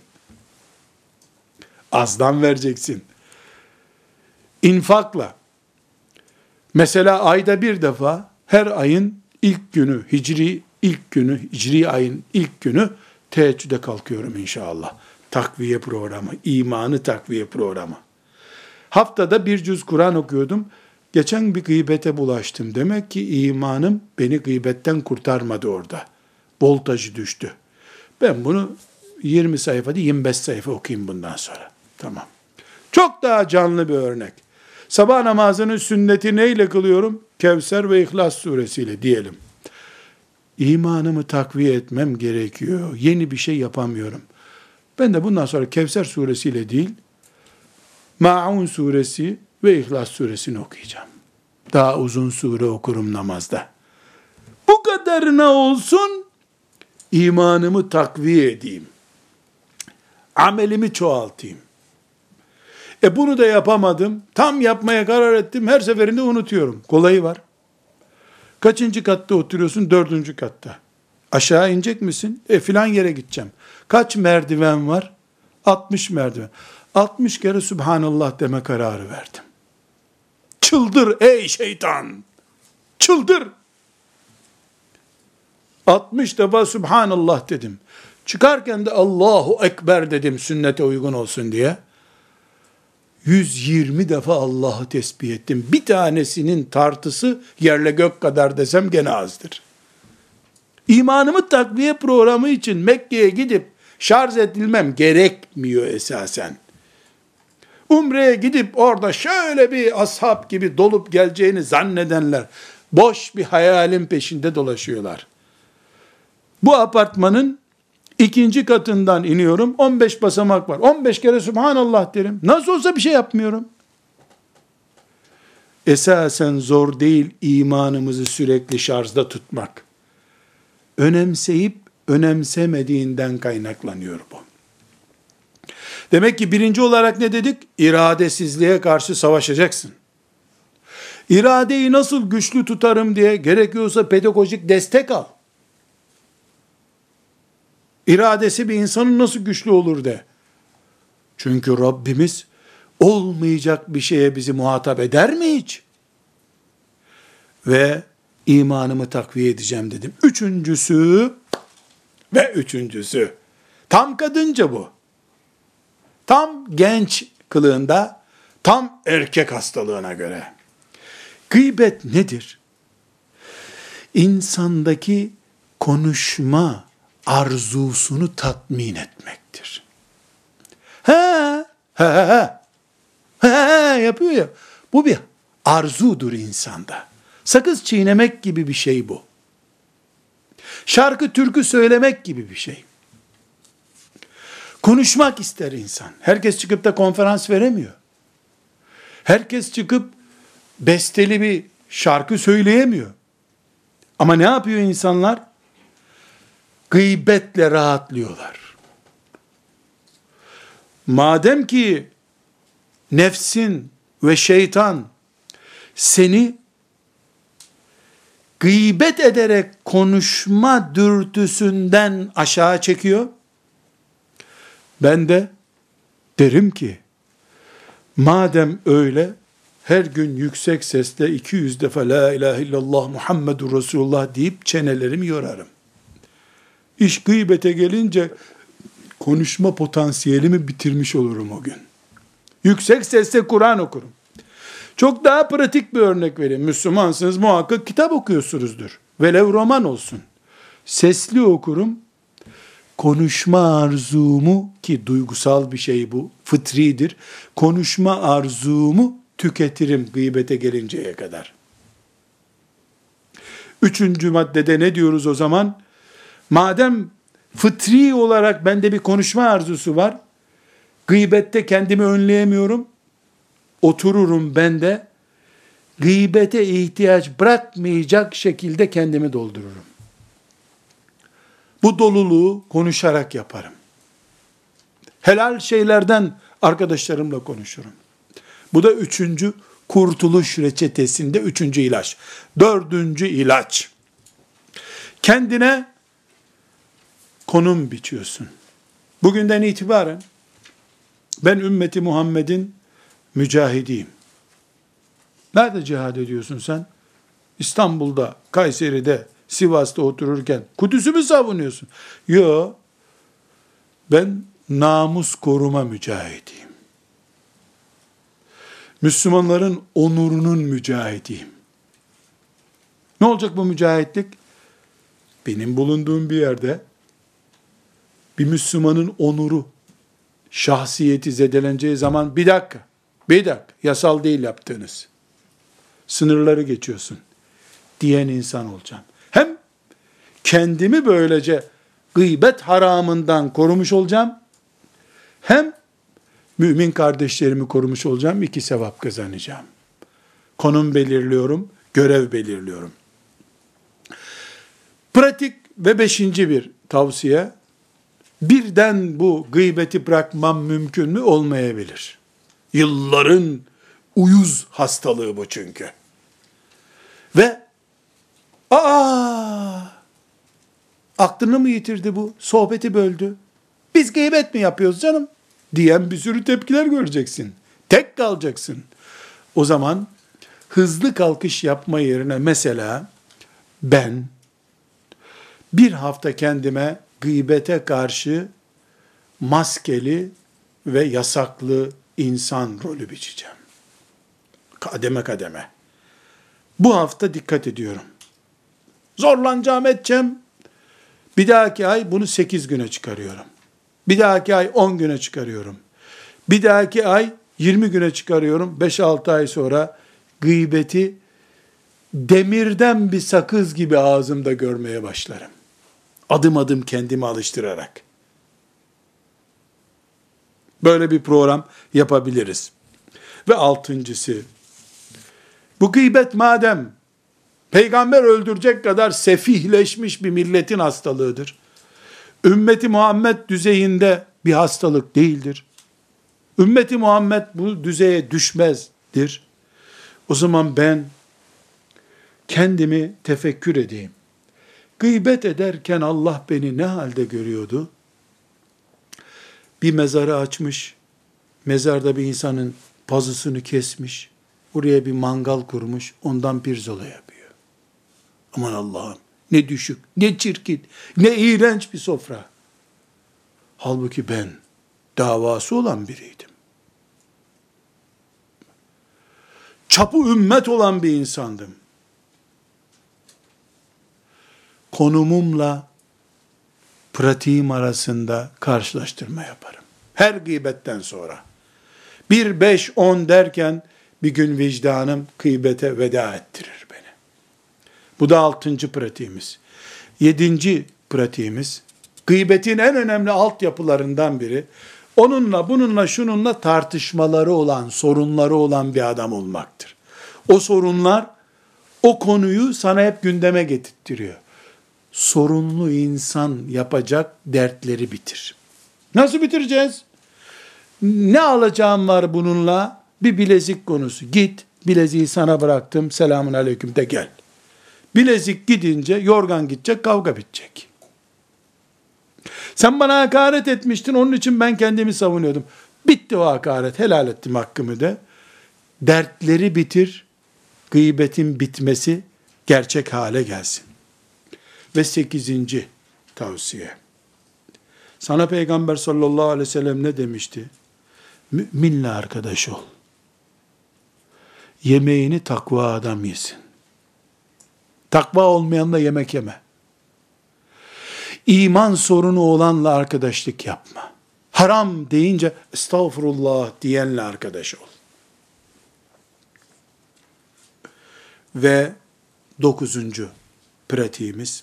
Azdan vereceksin. İnfakla, mesela ayda bir defa, her ayın ilk günü, hicri ilk günü, hicri ayın ilk günü, teheccüde kalkıyorum inşallah. Takviye programı, imanı takviye programı. Haftada bir cüz Kur'an okuyordum. Geçen bir gıybete bulaştım. Demek ki imanım beni gıybetten kurtarmadı orada. Voltajı düştü. Ben bunu yirmi sayfa değil, yirmi beş sayfa okuyayım bundan sonra. Tamam. Çok daha canlı bir örnek. Sabah namazının sünneti neyle kılıyorum? Kevser ve İhlas suresiyle diyelim. İmanımı takviye etmem gerekiyor. Yeni bir şey yapamıyorum. Ben de bundan sonra Kevser suresiyle değil, Maun suresi ve İhlas suresini okuyacağım. Daha uzun sure okurum namazda. Bu kadarına olsun, imanımı takviye edeyim. Amelimi çoğaltayım. E bunu da yapamadım. Tam yapmaya karar ettim. Her seferinde unutuyorum. Kolayı var. Kaçıncı katta oturuyorsun? Dördüncü katta. Aşağı inecek misin? E filan yere gideceğim. Kaç merdiven var? altmış merdiven. altmış kere Subhanallah deme kararı verdim. Çıldır ey şeytan! Çıldır! altmış defa Subhanallah dedim. Çıkarken de Allahu Ekber dedim sünnete uygun olsun diye. yüz yirmi defa Allah'ı tesbih ettim. Bir tanesinin tartısı yerle gök kadar desem gene azdır. İmanımı takviye programı için Mekke'ye gidip şarj edilmem gerekmiyor esasen. Umre'ye gidip orada şöyle bir ashab gibi dolup geleceğini zannedenler boş bir hayalin peşinde dolaşıyorlar. Bu apartmanın ikinci katından iniyorum, on beş basamak var. on beş kere Subhanallah derim. Nasıl olsa bir şey yapmıyorum. Esasen zor değil imanımızı sürekli şarjda tutmak. Önemseyip önemsemediğinden kaynaklanıyor bu. Demek ki birinci olarak ne dedik? İradesizliğe karşı savaşacaksın. İradeyi nasıl güçlü tutarım diye gerekiyorsa pedagojik destek al. İradesi bir insanın nasıl güçlü olur de. Çünkü Rabbimiz olmayacak bir şeye bizi muhatap eder mi hiç? Ve imanımı takviye edeceğim dedim. Üçüncüsü ve üçüncüsü. Tam kadınca bu. Tam genç kılığında, tam erkek hastalığına göre. Gıybet nedir? İnsandaki konuşma arzusunu tatmin etmektir. He, he, he, he, he yapıyor ya. Bu bir arzudur insanda. Sakız çiğnemek gibi bir şey bu. Şarkı türkü söylemek gibi bir şey. Konuşmak ister insan. Herkes çıkıp da konferans veremiyor. Herkes çıkıp besteli bir şarkı söyleyemiyor. Ama ne yapıyor insanlar? Gıybetle rahatlıyorlar. Madem ki nefsin ve şeytan seni gıybet ederek konuşma dürtüsünden aşağı çekiyor, ben de derim ki, madem öyle, her gün yüksek sesle iki yüz defa la ilahe illallah Muhammedur Resulullah deyip çenelerimi yorarım. İş gıybete gelince konuşma potansiyelimi bitirmiş olurum o gün. Yüksek sesle Kur'an okurum. Çok daha pratik bir örnek vereyim. Müslümansınız, muhakkak kitap okuyorsunuzdur. Velev roman olsun. Sesli okurum. Konuşma arzumu, ki duygusal bir şey bu, fıtridir. Konuşma arzumu tüketirim gıybete gelinceye kadar. Üçüncü maddede ne diyoruz o zaman? Madem fıtri olarak bende bir konuşma arzusu var, gıybette kendimi önleyemiyorum, otururum ben de, gıybete ihtiyaç bırakmayacak şekilde kendimi doldururum. Bu doluluğu konuşarak yaparım. Helal şeylerden arkadaşlarımla konuşurum. Bu da üçüncü kurtuluş reçetesinde üçüncü ilaç. Dördüncü ilaç. Kendine konum biçiyorsun. Bugünden itibaren ben ümmeti Muhammed'in mücahidiyim. Nerede cihad ediyorsun sen? İstanbul'da, Kayseri'de, Sivas'ta otururken Kudüs'ü mü savunuyorsun? Yok. Ben namus koruma mücahidiyim. Müslümanların onurunun mücahidiyim. Ne olacak bu mücahitlik? Benim bulunduğum bir yerde bir Müslümanın onuru, şahsiyeti zedeleneceği zaman bir dakika, bir dakika, yasal değil yaptığınız. Sınırları geçiyorsun diyen insan olacağım. Hem kendimi böylece gıybet haramından korumuş olacağım, hem mümin kardeşlerimi korumuş olacağım, iki sevap kazanacağım. Konum belirliyorum, görev belirliyorum. Pratik ve beşinci bir tavsiye, birden bu gıybeti bırakmam mümkün mü? Olmayabilir. Yılların uyuz hastalığı bu çünkü. Ve aa aklını mı yitirdi bu? Sohbeti böldü. Biz gıybet mi yapıyoruz canım? Diyen bir sürü tepkiler göreceksin. Tek kalacaksın. O zaman hızlı kalkış yapma yerine mesela ben bir hafta kendime gıybete karşı maskeli ve yasaklı insan rolü biçeceğim. Kademe kademe. Bu hafta dikkat ediyorum. Zorlanacağım, edeceğim. Bir dahaki ay bunu sekiz güne çıkarıyorum. Bir dahaki ay on güne çıkarıyorum. Bir dahaki ay yirmi güne çıkarıyorum. beş altı ay sonra gıybeti demirden bir sakız gibi ağzımda görmeye başlarım. Adım adım kendimi alıştırarak. Böyle bir program yapabiliriz. Ve altıncısı, bu gıybet madem peygamber öldürecek kadar sefihleşmiş bir milletin hastalığıdır, ümmeti Muhammed düzeyinde bir hastalık değildir. Ümmeti Muhammed bu düzeye düşmezdir. O zaman ben kendimi tefekkür edeyim. Gıybet ederken Allah beni ne halde görüyordu? Bir mezarı açmış, mezarda bir insanın pazısını kesmiş, oraya bir mangal kurmuş, ondan pirzola yapıyor. Aman Allah'ım, ne düşük, ne çirkin, ne iğrenç bir sofra. Halbuki ben davası olan biriydim. Çapı ümmet olan bir insandım. Konumumla pratiğim arasında karşılaştırma yaparım. Her gıybetten sonra. Bir, beş, on derken bir gün vicdanım gıybete veda ettirir beni. Bu da altıncı pratiğimiz. Yedinci pratiğimiz, gıybetin en önemli altyapılarından biri, onunla bununla şununla tartışmaları olan, sorunları olan bir adam olmaktır. O sorunlar, o konuyu sana hep gündeme getirtiyor. Sorunlu insan yapacak dertleri bitir. Nasıl bitireceğiz? Ne alacağım var bununla? Bir bilezik konusu. Git, bileziği sana bıraktım, selamun aleyküm de gel. Bilezik gidince, yorgan gidecek, kavga bitecek. Sen bana hakaret etmiştin, onun için ben kendimi savunuyordum. Bitti o hakaret, helal ettim hakkımı de. Dertleri bitir, gıybetin bitmesi gerçek hale gelsin. Ve sekizinci tavsiye. Sana Peygamber sallallahu aleyhi ve sellem ne demişti? Müminle arkadaş ol. Yemeğini takva adam yesin. Takva olmayanla yemek yeme. İman sorunu olanla arkadaşlık yapma. Haram deyince estağfurullah diyenle arkadaş ol. Ve dokuzuncu pratiğimiz,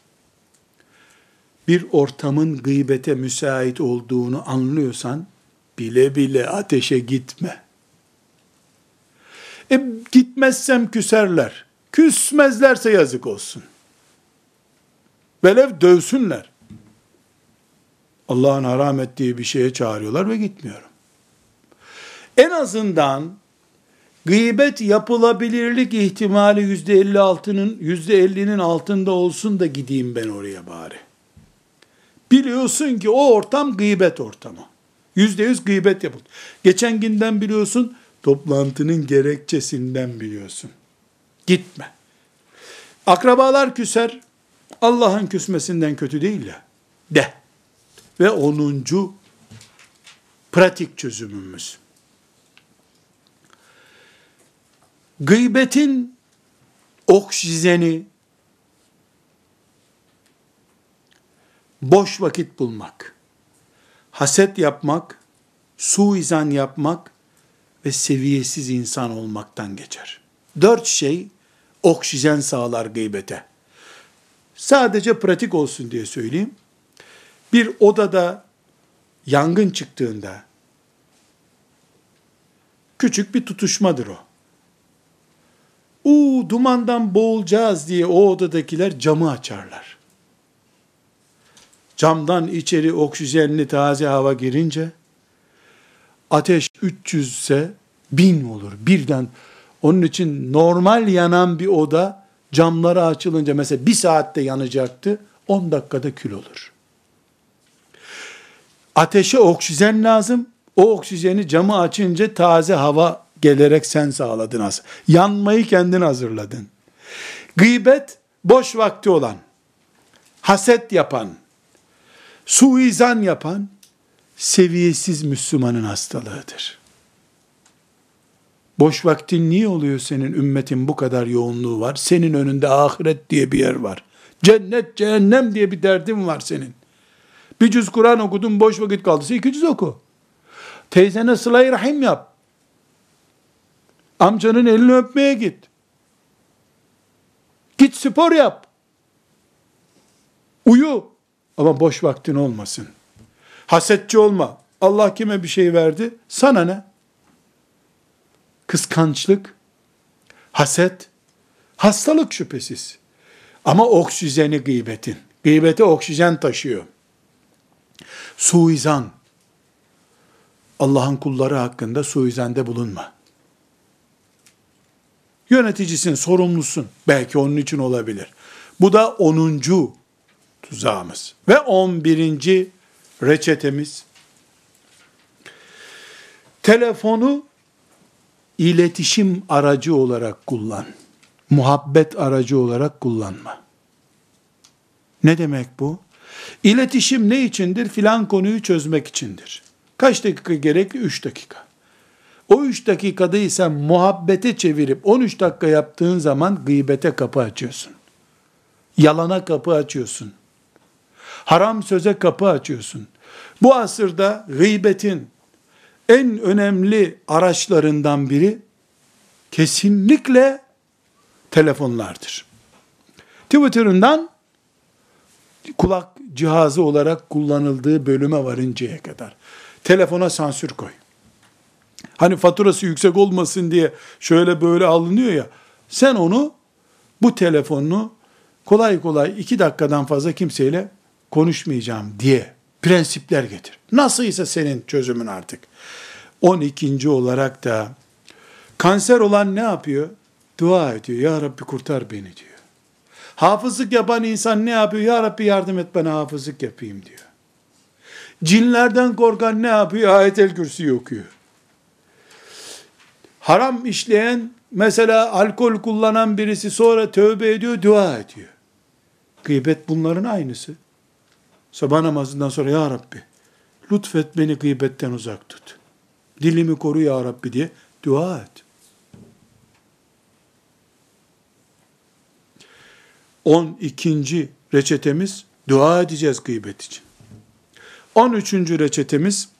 bir ortamın gıybete müsait olduğunu anlıyorsan, bile bile ateşe gitme. E gitmezsem küserler. Küsmezlerse yazık olsun. Velev dövsünler. Allah'ın haram ettiği bir şeye çağırıyorlar ve gitmiyorum. En azından gıybet yapılabilirlik ihtimali yüzde elli altının, yüzde ellinin altında olsun da gideyim ben oraya bari. Biliyorsun ki o ortam gıybet ortamı. Yüzde yüz gıybet yapıldı. Geçen günden biliyorsun, toplantının gerekçesinden biliyorsun. Gitme. Akrabalar küser, Allah'ın küsmesinden kötü değil ya, de. Ve onuncu pratik çözümümüz. Gıybetin oksijeni, boş vakit bulmak, haset yapmak, suizan yapmak ve seviyesiz insan olmaktan geçer. Dört şey oksijen sağlar gıybete. Sadece pratik olsun diye söyleyeyim. Bir odada yangın çıktığında, küçük bir tutuşmadır o. Uuu dumandan boğulacağız diye o odadakiler camı açarlar. Camdan içeri oksijenli taze hava girince, ateş üç yüz ise bin olur. Birden, onun için normal yanan bir oda, camları açılınca mesela bir saatte yanacaktı, on dakikada kül olur. Ateşe oksijen lazım, o oksijeni camı açınca taze hava gelerek sen sağladın aslında. Yanmayı kendin hazırladın. Gıybet, boş vakti olan, haset yapan, suizan yapan, seviyesiz Müslümanın hastalığıdır. Boş vaktin niye oluyor senin, ümmetin bu kadar yoğunluğu var? Senin önünde ahiret diye bir yer var. Cennet, cehennem diye bir derdin var senin. Bir cüz Kur'an okudun, boş vakit kaldıysa iki cüz oku. Teyzene sıla-i rahim yap. Amcanın elini öpmeye git. Git spor yap. Uyu. Ama boş vaktin olmasın. Hasetçi olma. Allah kime bir şey verdi? Sana ne? Kıskançlık, haset, hastalık şüphesiz. Ama oksijeni gıybetin. Gıybete oksijen taşıyor. Suizan. Allah'ın kulları hakkında suizande bulunma. Yöneticisin, sorumlusun. Belki onun için olabilir. Bu da onuncu tuzağımız. Ve on birinci reçetemiz. Telefonu iletişim aracı olarak kullan. Muhabbet aracı olarak kullanma. Ne demek bu? İletişim ne içindir? Filan konuyu çözmek içindir. Kaç dakika gerekli? Üç dakika. O üç dakikada ise muhabbete çevirip on üç dakika yaptığın zaman gıybete kapı açıyorsun. Yalana kapı açıyorsun. Haram söze kapı açıyorsun. Bu asırda gıybetin en önemli araçlarından biri kesinlikle telefonlardır. Twitter'ından kulak cihazı olarak kullanıldığı bölüme varıncaya kadar. Telefona sansür koy. Hani faturası yüksek olmasın diye şöyle böyle alınıyor ya, sen onu, bu telefonunu kolay kolay iki dakikadan fazla kimseyle konuşmayacağım diye prensipler getir. Nasılsa senin çözümün artık. on ikinci olarak da kanser olan ne yapıyor? Dua ediyor. Ya Rabbi kurtar beni diyor. Hafızlık yapan insan ne yapıyor? Ya Rabbi yardım et bana hafızlık yapayım diyor. Cinlerden korkan ne yapıyor? Ayet-el Kürsi'yi okuyor. Haram işleyen, mesela alkol kullanan birisi sonra tövbe ediyor, dua ediyor. Gıybet bunların aynısı. Sabah namazından sonra ya Rabbi lütfet beni gıybetten uzak tut. Dilimi koru ya Rabbi diye dua et. on ikinci reçetemiz dua edeceğiz gıybet için. on üçüncü reçetemiz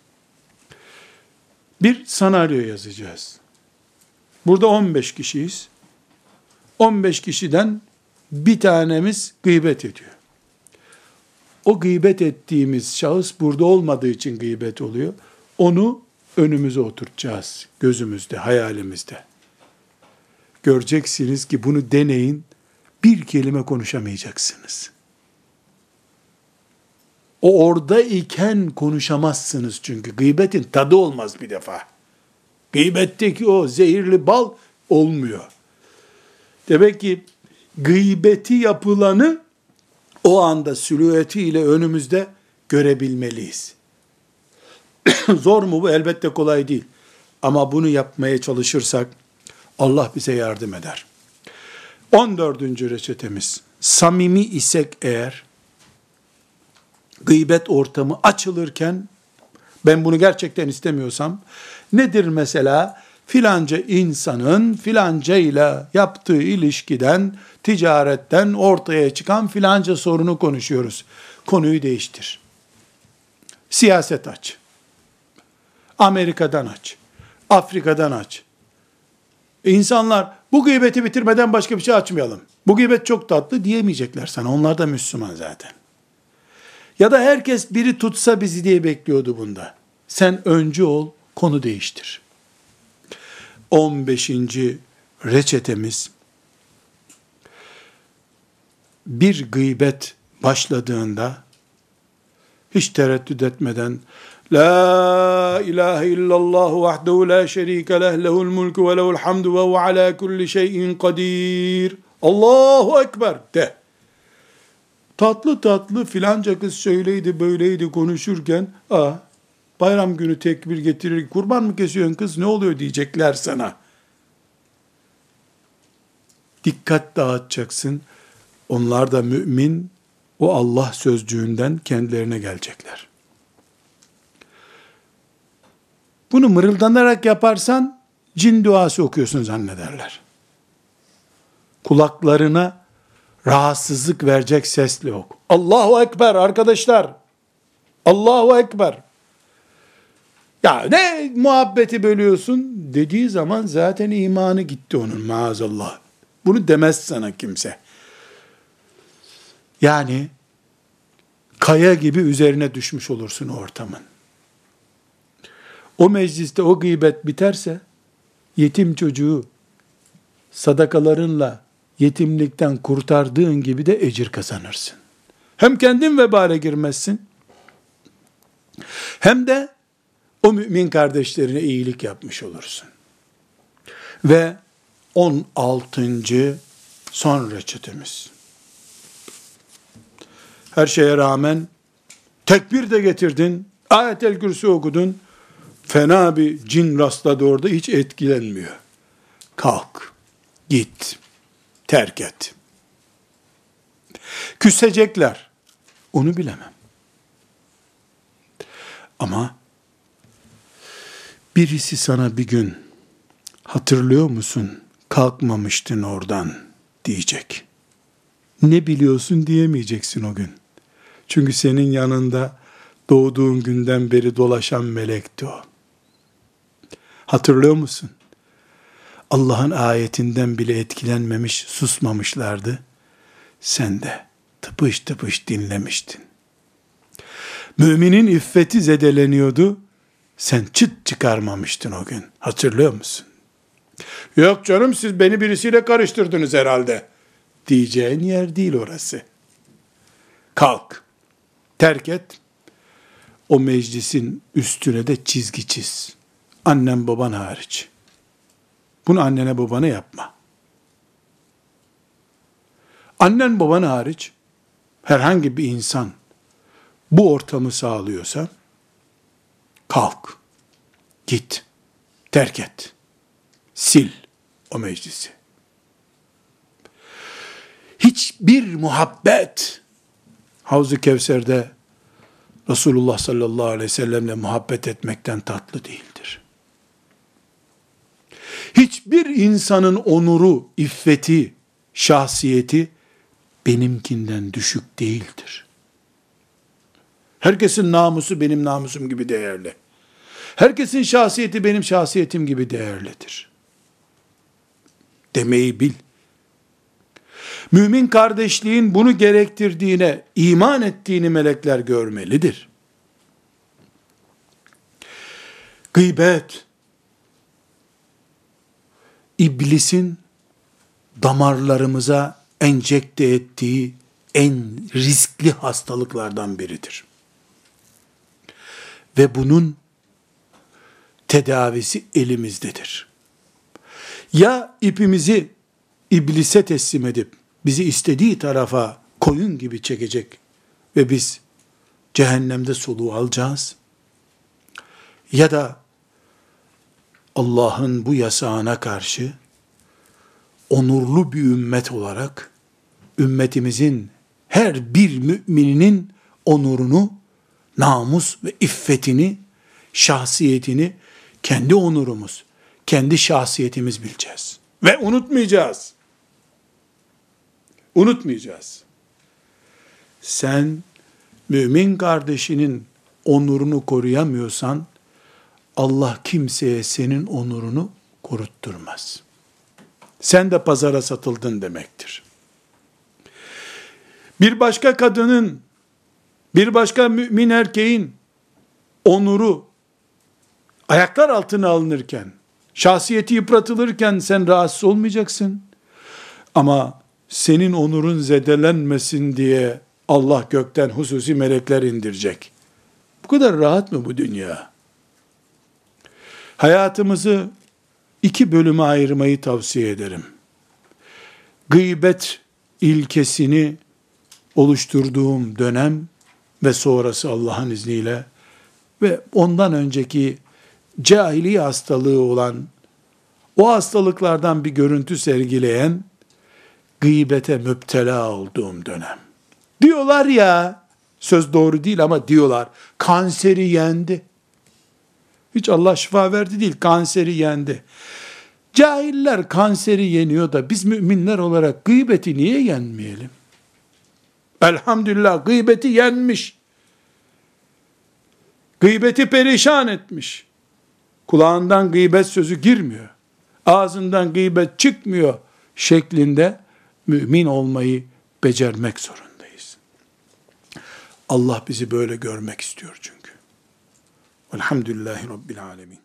bir senaryo yazacağız. Burada on beş kişiyiz. on beş kişiden bir tanemiz gıybet ediyor. O gıybet ettiğimiz şahıs burada olmadığı için gıybet oluyor. Onu önümüze oturtacağız. Gözümüzde, hayalimizde. Göreceksiniz ki bunu deneyin. Bir kelime konuşamayacaksınız. O orada iken konuşamazsınız çünkü. Gıybetin tadı olmaz bir defa. Gıybetteki o zehirli bal olmuyor. Demek ki gıybeti yapılanı o anda silüetiyle önümüzde görebilmeliyiz. Zor mu bu? Elbette kolay değil. Ama bunu yapmaya çalışırsak Allah bize yardım eder. on dördüncü reçetemiz. Samimi isek eğer, gıybet ortamı açılırken, ben bunu gerçekten istemiyorsam, nedir mesela? Filanca insanın filanca ile yaptığı ilişkiden, ticaretten ortaya çıkan filanca sorunu konuşuyoruz. Konuyu değiştir. Siyaset aç. Amerika'dan aç. Afrika'dan aç. İnsanlar bu gıybeti bitirmeden başka bir şey açmayalım. Bu gıybet çok tatlı diyemeyecekler sana. Onlar da Müslüman zaten. Ya da herkes biri tutsa bizi diye bekliyordu bunda. Sen öncü ol, konu değiştir. on beşinci reçetemiz, bir gıybet başladığında hiç tereddüt etmeden La ilahe illallah vahdehu la şerike leh lehul mulku ve lehul hamdu ve huve ala kulli şeyin kadir. Allahu Ekber de. Tatlı tatlı filanca kız şöyleydi böyleydi konuşurken, ah, bayram günü tekbir getirir, kurban mı kesiyorsun kız, ne oluyor diyecekler sana. Dikkat dağıtacaksın. Onlar da mümin, o Allah sözcüğünden kendilerine gelecekler. Bunu mırıldanarak yaparsan cin duası okuyorsun zannederler. Kulaklarına rahatsızlık verecek sesle oku. Allahu Ekber arkadaşlar. Allahu Ekber. Ya ne muhabbeti bölüyorsun dediği zaman zaten imanı gitti onun maazallah. Bunu demez sana kimse. Yani kaya gibi üzerine düşmüş olursun o ortamın. O mecliste o gıybet biterse yetim çocuğu sadakalarınla yetimlikten kurtardığın gibi de ecir kazanırsın. Hem kendin vebale girmezsin, hem de o mümin kardeşlerine iyilik yapmış olursun. Ve on altıncı son reçetemiz. Her şeye rağmen tekbir de getirdin, Ayet-el Kürsi okudun, fena bir cin rastladı orada, hiç etkilenmiyor. Kalk, git, terk et. Küsecekler, onu bilemem. Ama birisi sana bir gün, hatırlıyor musun, kalkmamıştın oradan diyecek. Ne biliyorsun diyemeyeceksin o gün. Çünkü senin yanında doğduğun günden beri dolaşan melekti o. Hatırlıyor musun? Allah'ın ayetinden bile etkilenmemiş, susmamışlardı. Sen de tıpış tıpış dinlemiştin. Müminin iffeti zedeleniyordu. Sen çıt çıkarmamıştın o gün. Hatırlıyor musun? Yok canım, siz beni birisiyle karıştırdınız herhalde diyeceğin yer değil orası. Kalk, terk et, o meclisin üstüne de çizgi çiz. Annen baban hariç. Bunu annene babana yapma. Annen baban hariç herhangi bir insan bu ortamı sağlıyorsa kalk, git, terk et, sil o meclisi. Hiçbir muhabbet, Havz-ı Kevser'de Resulullah sallallahu aleyhi ve sellemle muhabbet etmekten tatlı değildir. Hiçbir insanın onuru, iffeti, şahsiyeti benimkinden düşük değildir. Herkesin namusu benim namusum gibi değerli. Herkesin şahsiyeti benim şahsiyetim gibi değerlidir. Demeyi bil. Mümin kardeşliğin bunu gerektirdiğine, iman ettiğini melekler görmelidir. Gıybet, iblisin damarlarımıza enjekte ettiği en riskli hastalıklardan biridir. Ve bunun tedavisi elimizdedir. Ya ipimizi iblise teslim edip bizi istediği tarafa koyun gibi çekecek ve biz cehennemde soluğu alacağız, ya da Allah'ın bu yasağına karşı onurlu bir ümmet olarak ümmetimizin her bir mümininin onurunu, namus ve iffetini, şahsiyetini kendi onurumuz, kendi şahsiyetimiz bileceğiz. Ve unutmayacağız. Unutmayacağız. Sen mümin kardeşinin onurunu koruyamıyorsan, Allah kimseye senin onurunu korutturmaz. Sen de pazara satıldın demektir. Bir başka kadının, bir başka mümin erkeğin onuru ayaklar altına alınırken, şahsiyeti yıpratılırken sen rahatsız olmayacaksın. Ama senin onurun zedelenmesin diye Allah gökten hususi melekler indirecek. Bu kadar rahat mı bu dünya? Hayatımızı iki bölüme ayırmayı tavsiye ederim. Gıybet ilkesini oluşturduğum dönem ve sonrası Allah'ın izniyle ve ondan önceki cahiliye hastalığı olan, o hastalıklardan bir görüntü sergileyen gıybete müptela olduğum dönem. Diyorlar ya, söz doğru değil ama diyorlar, kanseri yendi. Hiç Allah şifa verdi değil, kanseri yendi. Cahiller kanseri yeniyor da biz müminler olarak gıybeti niye yenmeyelim? Elhamdülillah gıybeti yenmiş. Gıybeti perişan etmiş. Kulağından gıybet sözü girmiyor. Ağzından gıybet çıkmıyor şeklinde mümin olmayı becermek zorundayız. Allah bizi böyle görmek istiyor çünkü. Velhamdülillahi Rabbil alemin.